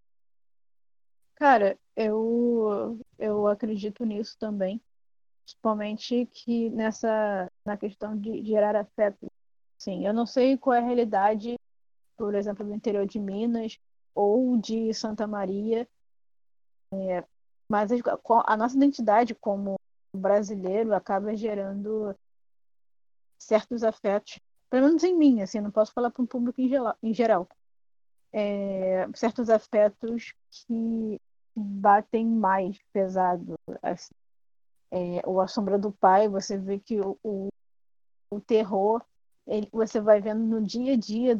Cara, eu acredito nisso também, principalmente que na questão de gerar afeto. Sim, eu não sei qual é a realidade, por exemplo, do interior de Minas ou de Santa Maria, mas a nossa identidade como brasileiro acaba gerando certos afetos, pelo menos em mim, assim, não posso falar para um público em geral, certos afetos que batem mais pesado, assim. O A Sombra do Pai, você vê que o terror, você vai vendo no dia a dia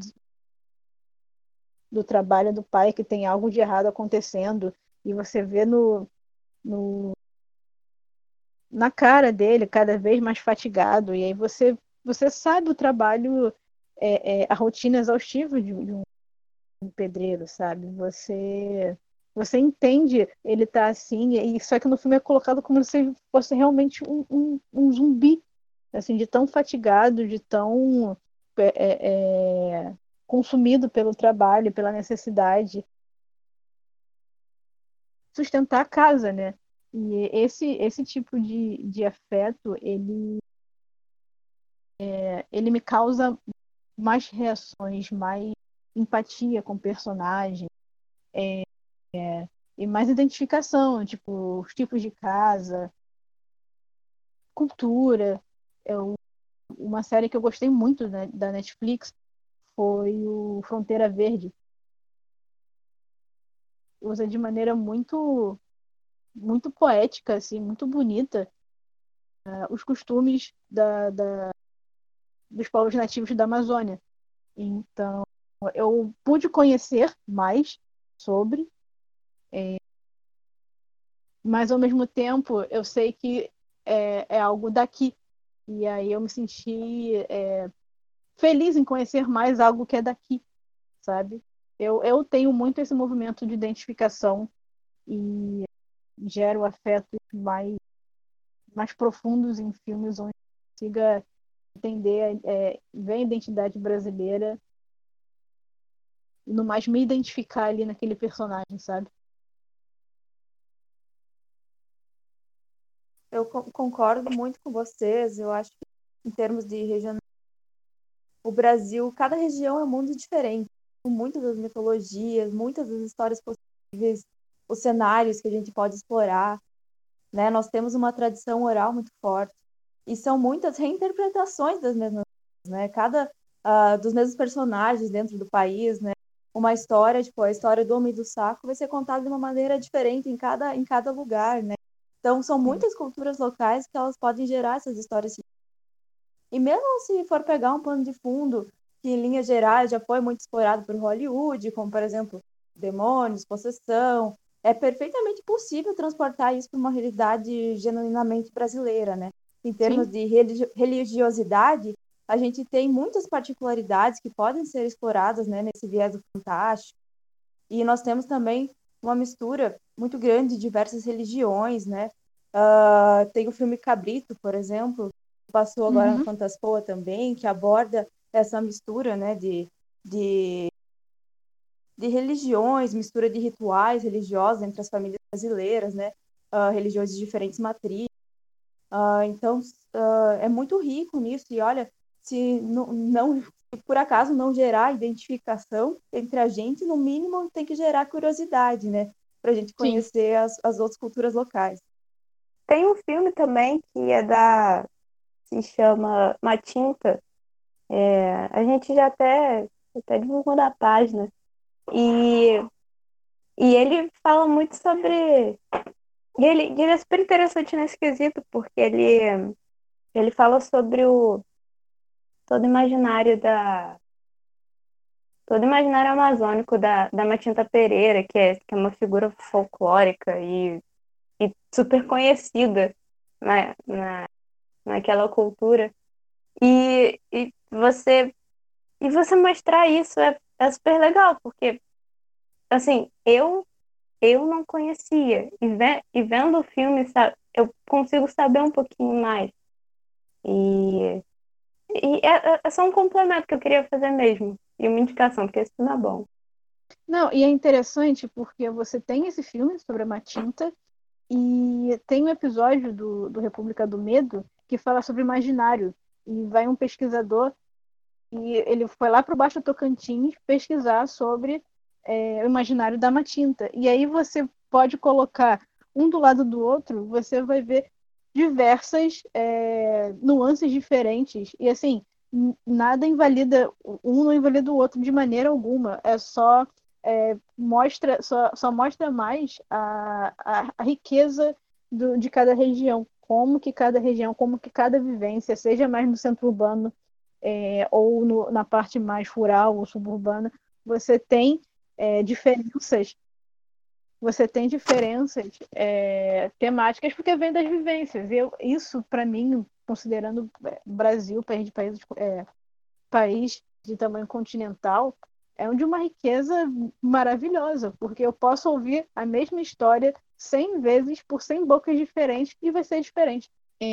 do trabalho do pai que tem algo de errado acontecendo, e você vê no, na cara dele cada vez mais fatigado, e aí você sabe o trabalho, a rotina exaustiva de um pedreiro, sabe? Você entende ele tá assim, e só que no filme é colocado como se fosse realmente um zumbi, assim, de tão fatigado, de tão consumido pelo trabalho, pela necessidade sustentar a casa, né? E esse tipo de afeto, ele me causa mais reações, mais empatia com o personagem, e mais identificação, tipo, os tipos de casa, cultura. Uma série que eu gostei muito, né, da Netflix foi o Fronteira Verde. Usa de maneira muito poética, assim, muito bonita, os costumes dos povos nativos da Amazônia. Então, eu pude conhecer mais sobre, mas ao mesmo tempo eu sei que é algo daqui. E aí eu me senti feliz em conhecer mais algo que é daqui, sabe? Eu tenho muito esse movimento de identificação e gero afetos mais profundos em filmes onde eu consiga entender, ver a identidade brasileira e no mais me identificar ali naquele personagem, sabe? Eu concordo muito com vocês. Eu acho que, em termos de região, o Brasil, cada região é um mundo diferente, com muitas das mitologias, muitas das histórias possíveis, os cenários que a gente pode explorar, né? Nós temos uma tradição oral muito forte e são muitas reinterpretações das mesmas coisas, né? Cada dos mesmos personagens dentro do país, né? Uma história, tipo a história do Homem do Saco, vai ser contada de uma maneira diferente em cada lugar, né? Então, são Sim. muitas culturas locais que elas podem gerar essas histórias. E mesmo se for pegar um pano de fundo, que em linhas gerais já foi muito explorado por Hollywood, como, por exemplo, demônios, possessão, é perfeitamente possível transportar isso para uma realidade genuinamente brasileira, né? Em termos Sim, de religiosidade, a gente tem muitas particularidades que podem ser exploradas, né, nesse viés do fantástico. E nós temos também uma mistura muito grande de diversas religiões, né? Tem o filme Cabrito, por exemplo, que passou agora no Uhum. Fantaspoa também, que aborda essa mistura, né, de religiões, mistura de rituais religiosos entre as famílias brasileiras, né? Religiões de diferentes matrizes. Então, é muito rico nisso. E olha, se se por acaso não gerar identificação entre a gente, no mínimo tem que gerar curiosidade, né? Para a gente Sim. conhecer as outras culturas locais. Tem um filme também que se chama Matinta. A gente já até divulgou na página. E, e ele fala muito sobre. E ele é super interessante nesse quesito, porque ele fala sobre todo o imaginário todo o imaginário amazônico da Matinta Pereira, que é uma figura folclórica e super conhecida naquela cultura. E você mostrar isso é super legal, porque, assim, eu não conhecia, e vendo o filme, eu consigo saber um pouquinho mais. E, é só um complemento que eu queria fazer mesmo, e uma indicação, porque esse filme é bom. Não, e é interessante porque você tem esse filme sobre a Matinta e tem um episódio do República do Medo que fala sobre imaginário. E vai um pesquisador e ele foi lá para o Baixo Tocantins pesquisar sobre o imaginário da Matinta. E aí você pode colocar um do lado do outro, você vai ver diversas nuances diferentes. E assim, nada invalida, um não invalida o outro de maneira alguma. É só só mostra mais a riqueza de cada região. Como que cada vivência, seja mais no centro urbano, ou na parte mais rural ou suburbana, você tem diferenças. Você tem diferenças temáticas porque vem das vivências. Isso, para mim, considerando Brasil, país de tamanho continental, é de uma riqueza maravilhosa, porque eu posso ouvir a mesma história 100 vezes por 100 bocas diferentes e vai ser diferente.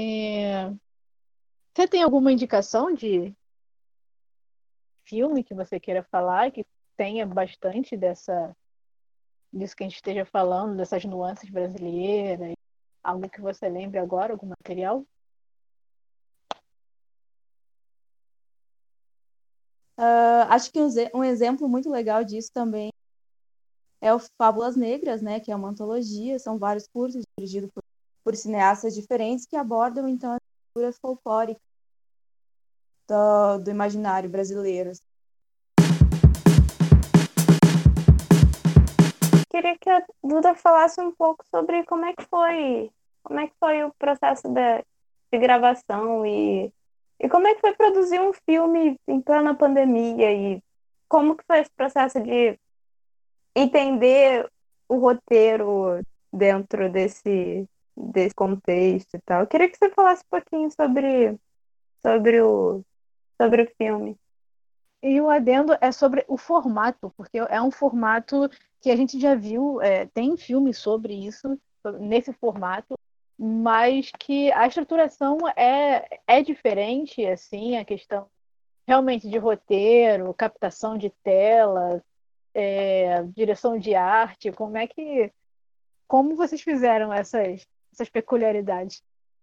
Você tem alguma indicação de filme que você queira falar, que tenha bastante disso que a gente esteja falando, dessas nuances brasileiras? Algo que você lembre agora, algum material? Acho que um exemplo muito legal disso também é o Fábulas Negras, né, que é uma antologia, são vários cursos dirigidos por cineastas diferentes que abordam, então, as figuras folclóricas do imaginário brasileiro. Queria que a Duda falasse um pouco sobre como é que foi o processo de gravação e como é que foi produzir um filme em plena pandemia e como que foi esse processo de entender o roteiro dentro desse contexto e tal. Eu queria que você falasse um pouquinho sobre sobre o filme. E o adendo é sobre o formato, porque é um formato que a gente já viu, tem filmes sobre isso, nesse formato, mas que a estruturação é diferente, assim, a questão realmente de roteiro, captação de tela, direção de arte, como vocês fizeram essas peculiaridades?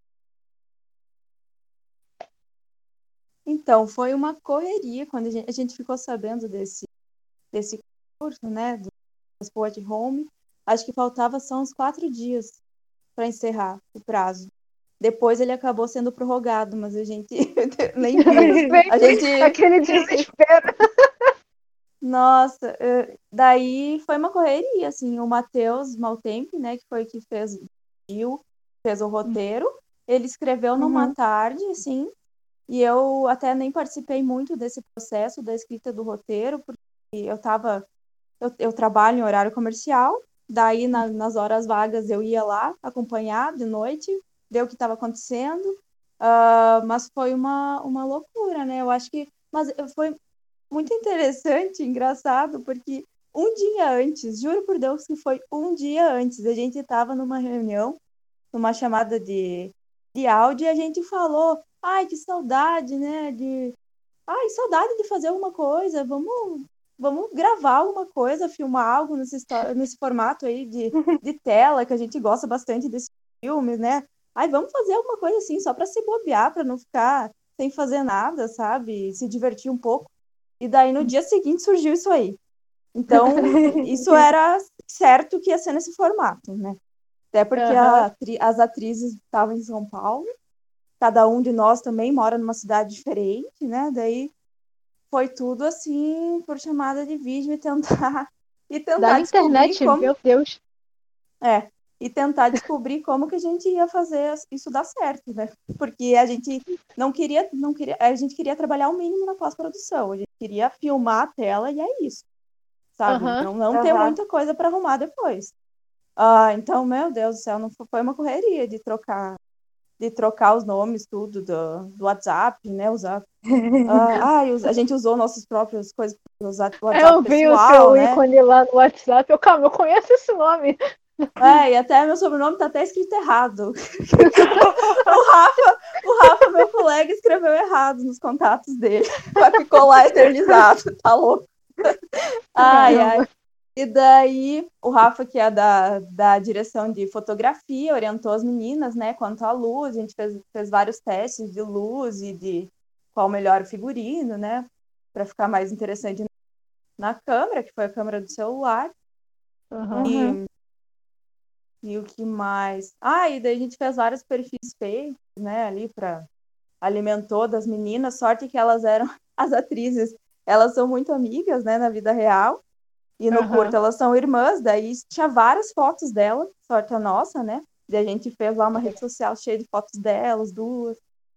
Então, foi uma correria quando a gente ficou sabendo desse curso, né, do Expo at Home. Acho que faltava só uns 4 dias para encerrar o prazo. Depois ele acabou sendo prorrogado, mas a gente nem viu. A gente... Aquele desespero. Nossa, daí foi uma correria, assim, o Matheus Maltempe, né, que foi que fez o roteiro, ele escreveu numa tarde, assim, e eu até nem participei muito desse processo da escrita do roteiro, porque eu trabalho em horário comercial, daí nas horas vagas eu ia lá acompanhar de noite, ver o que estava acontecendo, Mas foi uma loucura, né? Eu acho que mas foi muito interessante, engraçado, porque um dia antes, juro por Deus que foi um dia antes, a gente estava numa reunião, numa chamada de áudio, e a gente falou, ai, que saudade, né? Ai, saudade de fazer alguma coisa, vamos gravar alguma coisa, filmar algo nesse formato aí de tela, que a gente gosta bastante desses filmes, né? Ai, vamos fazer alguma coisa assim, só para se bobear, para não ficar sem fazer nada, sabe? Se divertir um pouco. E daí no dia seguinte surgiu isso aí. Então, isso era certo que ia ser nesse formato, né? Até porque as atrizes estavam em São Paulo, cada um de nós também mora numa cidade diferente, né? Daí foi tudo assim por chamada de vídeo e Da tentar descobrir internet, como meu Deus. e tentar descobrir como que a gente ia fazer isso dar certo, né? Porque a gente a gente queria trabalhar o mínimo na pós-produção, a gente queria filmar a tela e é isso, sabe? Não ter muita coisa para arrumar depois. Então, meu Deus do céu, não foi uma correria de trocar os nomes, tudo do WhatsApp, né? A gente usou nossas próprias coisas para usar o WhatsApp Eu vi o pessoal, teu né? ícone lá no WhatsApp. Calma, eu conheço esse nome. E até meu sobrenome tá até escrito errado. o Rafa, meu colega, escreveu errado nos contatos dele. Mas ficou lá eternizado, tá louco? Ai. E daí, o Rafa, que é da direção de fotografia, orientou as meninas, né, quanto à luz. A gente fez vários testes de luz e de qual o melhor figurino, né, para ficar mais interessante na câmera, que foi a câmera do celular. E o que mais? E daí a gente fez vários perfis fakes, né, ali alimentou das meninas. Sorte que elas eram as atrizes, elas são muito amigas, né, na vida real. E no curto elas são irmãs, daí tinha várias fotos dela, sorte a nossa, né? E a gente fez lá uma rede social cheia de fotos delas, duas.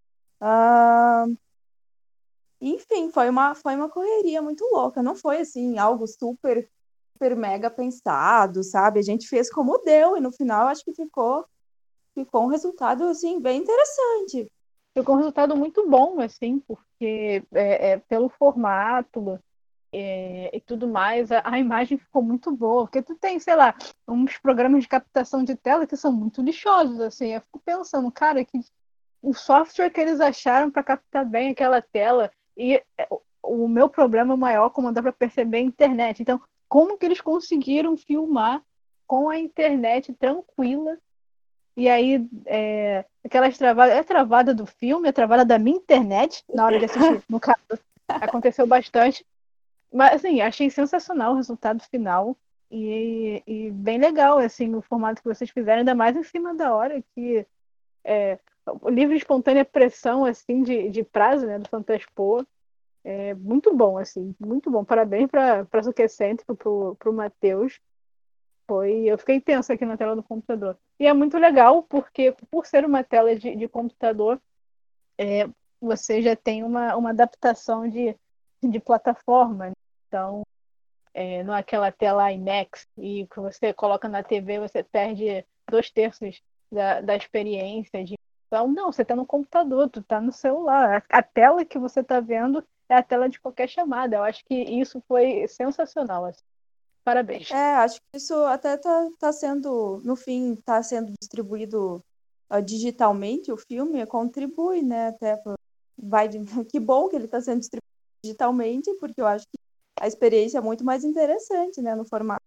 Enfim, foi uma correria muito louca. Não foi assim, algo super, super mega pensado, sabe? A gente fez como deu, e no final acho que ficou um resultado assim, bem interessante. Ficou um resultado muito bom, assim, porque pelo formato e tudo mais, a imagem ficou muito boa. Porque tu tem, sei lá, uns programas de captação de tela que são muito lixosos, assim. Eu fico pensando, cara, que o software que eles acharam para captar bem aquela tela. E o meu problema maior, como dá para perceber, é a internet. Então, como que eles conseguiram filmar com a internet tranquila? E aí, aquelas travadas, é travada do filme, é travada da minha internet, na hora de assistir. No caso, aconteceu bastante. Mas, assim, achei sensacional o resultado final. E bem legal, assim, o formato que vocês fizeram, ainda mais em cima da hora, que o livre espontânea pressão, assim, de prazo, né, do Fantaspo. É muito bom, assim, muito bom. Parabéns para a Suquecêntrico, para o Matheus. Eu fiquei tensa aqui na tela do computador. E é muito legal, porque por ser uma tela de computador, você já tem uma adaptação de plataforma. Então, não é aquela tela IMAX e que você coloca na TV, você perde 2/3 da experiência. Então, não, você está no computador, tu está no celular. A tela que você está vendo é a tela de qualquer chamada. Eu acho que isso foi sensacional. Assim. Parabéns. Acho que isso até tá sendo, no fim, está sendo distribuído digitalmente, o filme contribui, né? Que bom que ele está sendo distribuído digitalmente, porque eu acho que a experiência é muito mais interessante, né? No formato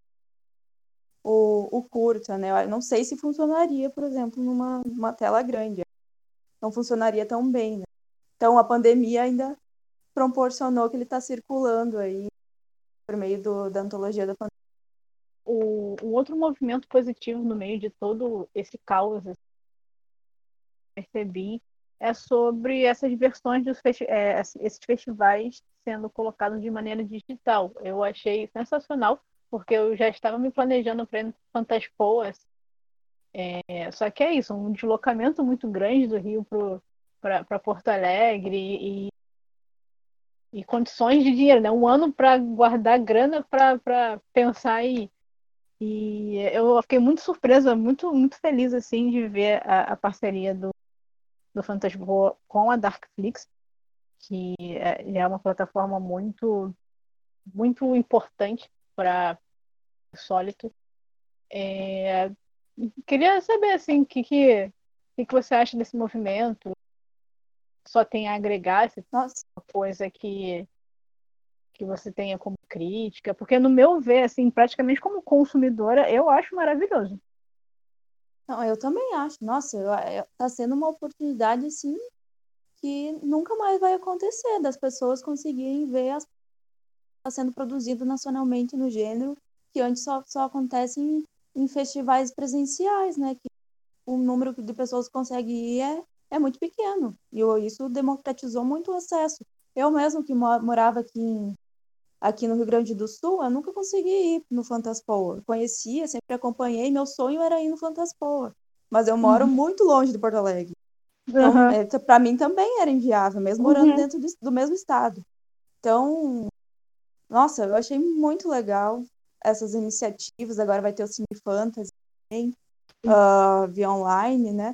o curta, né? Eu não sei se funcionaria, por exemplo, numa tela grande. Não funcionaria tão bem, né? Então, a pandemia ainda proporcionou que ele está circulando aí por meio da antologia da pandemia. Um outro movimento positivo no meio de todo esse caos, assim, percebi, é sobre essas versões esses festivais sendo colocados de maneira digital. Eu achei sensacional, porque eu já estava me planejando para ir no Fantaspoas. Só que é isso, um deslocamento muito grande do Rio para Porto Alegre e condições de dinheiro, né? Um ano para guardar grana para pensar em. E eu fiquei muito surpresa, muito, muito feliz assim de ver a parceria do do Fantasboa com a Darkflix, que é uma plataforma muito, muito importante para o Insólito. Queria saber assim, que você acha desse movimento? Só tem a agregar, se Nossa, uma coisa que você tenha como crítica? Porque no meu ver, assim, praticamente como consumidora, eu acho maravilhoso. não, eu também acho. Nossa, tá sendo uma oportunidade, assim, que nunca mais vai acontecer, das pessoas conseguirem ver as tá sendo produzido nacionalmente no gênero, que antes só acontece em festivais presenciais, né? Que o número de pessoas que consegue ir é muito pequeno. E isso democratizou muito o acesso. Eu mesmo que morava aqui no Rio Grande do Sul, eu nunca consegui ir no Fantaspoa. Conhecia, sempre acompanhei, meu sonho era ir no Fantaspoa. Mas eu moro Uhum. muito longe de Porto Alegre. Então, Uhum. para mim também era inviável, mesmo morando Uhum. dentro do mesmo estado. Então, nossa, eu achei muito legal essas iniciativas. Agora vai ter o Cine Fantasy também, via online, né?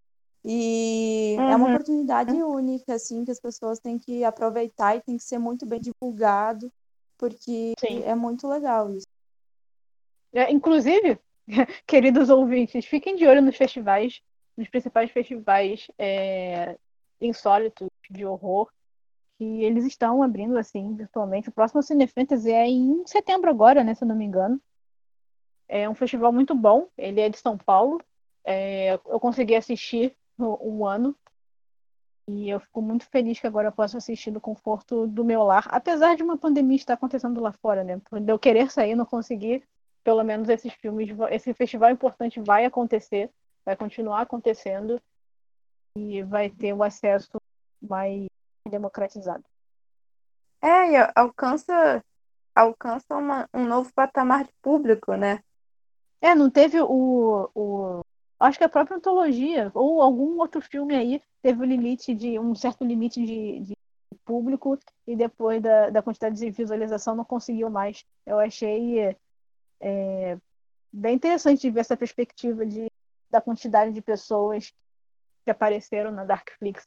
E é uma Uhum. oportunidade única, assim, que as pessoas têm que aproveitar e tem que ser muito bem divulgado, porque Sim. é muito legal isso. Inclusive, queridos ouvintes, fiquem de olho nos festivais, nos principais festivais insólitos de horror, que eles estão abrindo assim virtualmente. O próximo Cine Fantasy é em setembro agora, né, se eu não me engano. É um festival muito bom, ele é de São Paulo. Eu consegui assistir um ano e eu fico muito feliz que agora eu posso assistir no conforto do meu lar, apesar de uma pandemia estar acontecendo lá fora, né? Por eu querer sair, não conseguir, pelo menos esses filmes, esse festival importante vai acontecer, vai continuar acontecendo e vai ter o acesso mais democratizado. E alcança um novo patamar de público, né? Não teve acho que a própria antologia, ou algum outro filme aí, teve um certo limite de público, e depois da quantidade de visualização não conseguiu mais. Eu achei bem interessante de ver essa perspectiva da quantidade de pessoas que apareceram na Darkflix.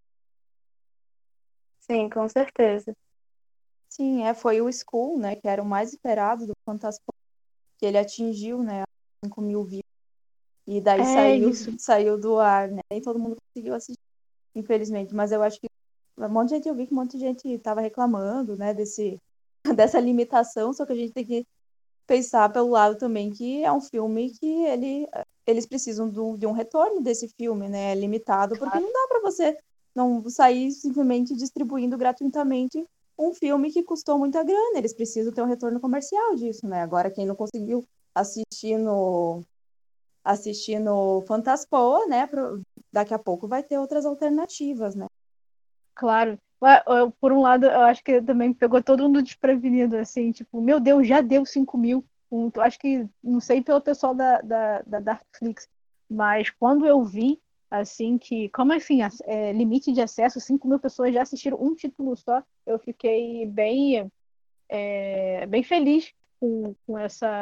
Sim, com certeza. Sim, foi o School, né, que era o mais esperado do Fantaspoa, que ele atingiu, né, 5 mil views, e daí É saiu, isso. saiu do ar, né, nem todo mundo conseguiu assistir, infelizmente, mas eu acho que um monte de gente, eu vi que um monte de gente estava reclamando, né, dessa limitação, só que a gente tem que pensar pelo lado também que é um filme que eles precisam de um retorno desse filme, né, limitado, porque não dá para você não sair simplesmente distribuindo gratuitamente um filme que custou muita grana, eles precisam ter um retorno comercial disso, né, agora quem não conseguiu assistir no Fantaspoa, né, daqui a pouco vai ter outras alternativas, né. Claro. Por um lado, eu acho que também pegou todo mundo desprevenido, assim, tipo, meu Deus, já deu 5 mil. Acho que, não sei pelo pessoal da Darkflix, mas quando eu vi, assim, como assim, limite de acesso, 5 mil pessoas já assistiram um título só, eu fiquei bem feliz com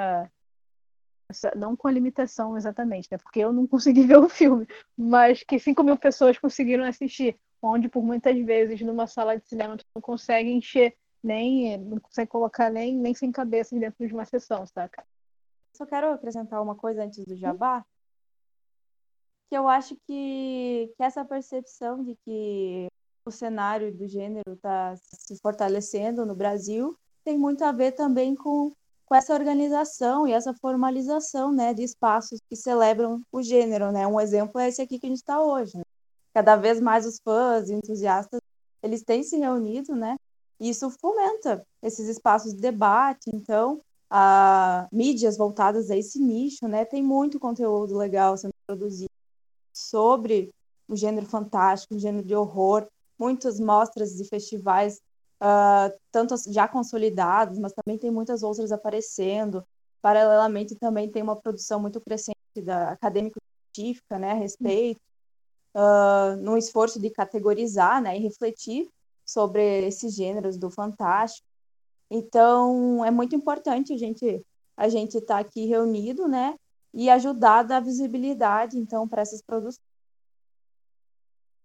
não com a limitação exatamente, né? Porque eu não consegui ver o filme, mas que 5 mil pessoas conseguiram assistir, onde por muitas vezes numa sala de cinema tu não consegue encher, não consegue colocar nem sem cabeça dentro de uma sessão, saca? Só quero acrescentar uma coisa antes do Jabá, que eu acho que essa percepção de que o cenário do gênero está se fortalecendo no Brasil tem muito a ver também com essa organização e essa formalização, né, de espaços que celebram o gênero, né? Um exemplo é esse aqui que a gente está hoje, né? Cada vez mais os fãs e entusiastas, eles têm se reunido, né? E isso fomenta esses espaços de debate, então, mídias voltadas a esse nicho, né? Tem muito conteúdo legal sendo produzido sobre o gênero fantástico, o gênero de horror, muitas mostras e festivais, tanto já consolidados, mas também tem muitas outras aparecendo. Paralelamente, também tem uma produção muito crescente da acadêmico-científica, né, a respeito, num esforço de categorizar, né, e refletir sobre esses gêneros do fantástico. Então, é muito importante a gente estar aqui reunido, né, e ajudar a dar visibilidade, então, para essas produções.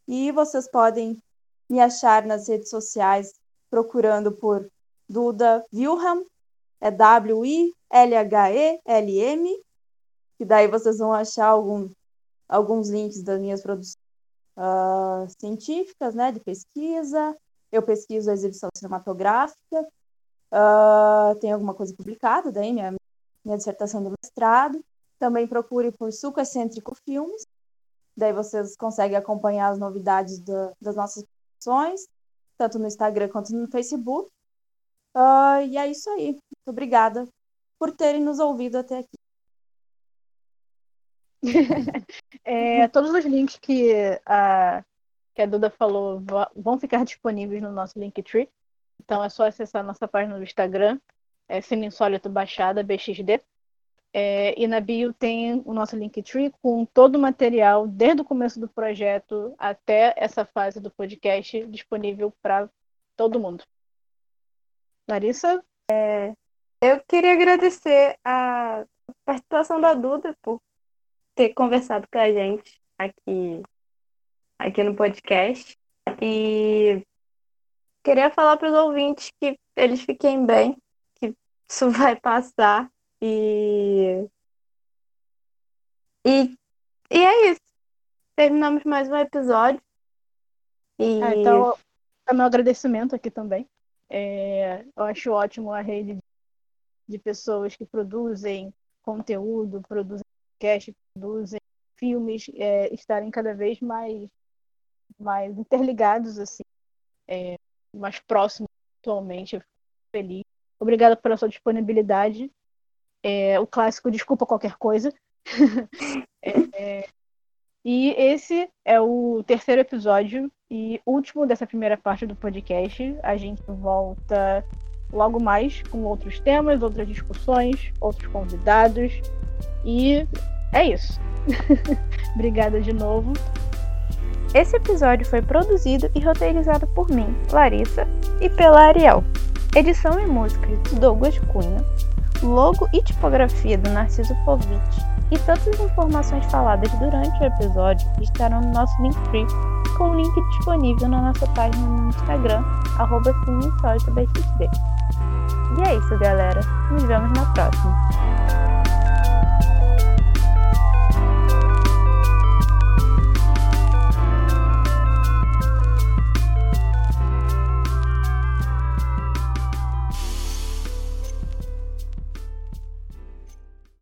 E vocês podem me achar nas redes sociais procurando por Duda Wilhelm, é WILHELM, e daí vocês vão achar alguns links das minhas produções científicas, né, de pesquisa. Eu pesquiso a exibição cinematográfica, tem alguma coisa publicada, daí minha dissertação do mestrado. Também procure por Suco Excêntrico Filmes, daí vocês conseguem acompanhar as novidades das nossas produções, tanto no Instagram quanto no Facebook. E é isso aí. Muito obrigada por terem nos ouvido até aqui. Todos os links que a Duda falou vão ficar disponíveis no nosso Linktree. Então é só acessar a nossa página no Instagram, Cine Insólito Baixada, BXD. E na bio tem o nosso Linktree com todo o material, desde o começo do projeto até essa fase do podcast, disponível para todo mundo. Larissa? Eu queria agradecer a participação da Duda por ter conversado com a gente aqui no podcast. E queria falar para os ouvintes que eles fiquem bem, que isso vai passar. E é isso. Terminamos mais um episódio. Então, é meu agradecimento aqui também. Eu acho ótimo a rede de pessoas que produzem conteúdo, produzem podcast, produzem filmes, estarem cada vez mais interligados, assim, mais próximos atualmente. Eu fico feliz. Obrigada pela sua disponibilidade. O clássico desculpa qualquer coisa. E esse é o terceiro episódio e último dessa primeira parte do podcast. A gente volta logo mais com outros temas, outras discussões, outros convidados. E é isso. Obrigada de novo. Esse episódio foi produzido e roteirizado por mim, Larissa, e pela Ariel. Edição e músicas do Douglas Cunha. Logo e tipografia do Narciso Povich. E todas as informações faladas durante o episódio estarão no nosso Linktree, com o link disponível na nossa página no Instagram, @CineInsólitoBXD. E é isso, galera. Nos vemos na próxima.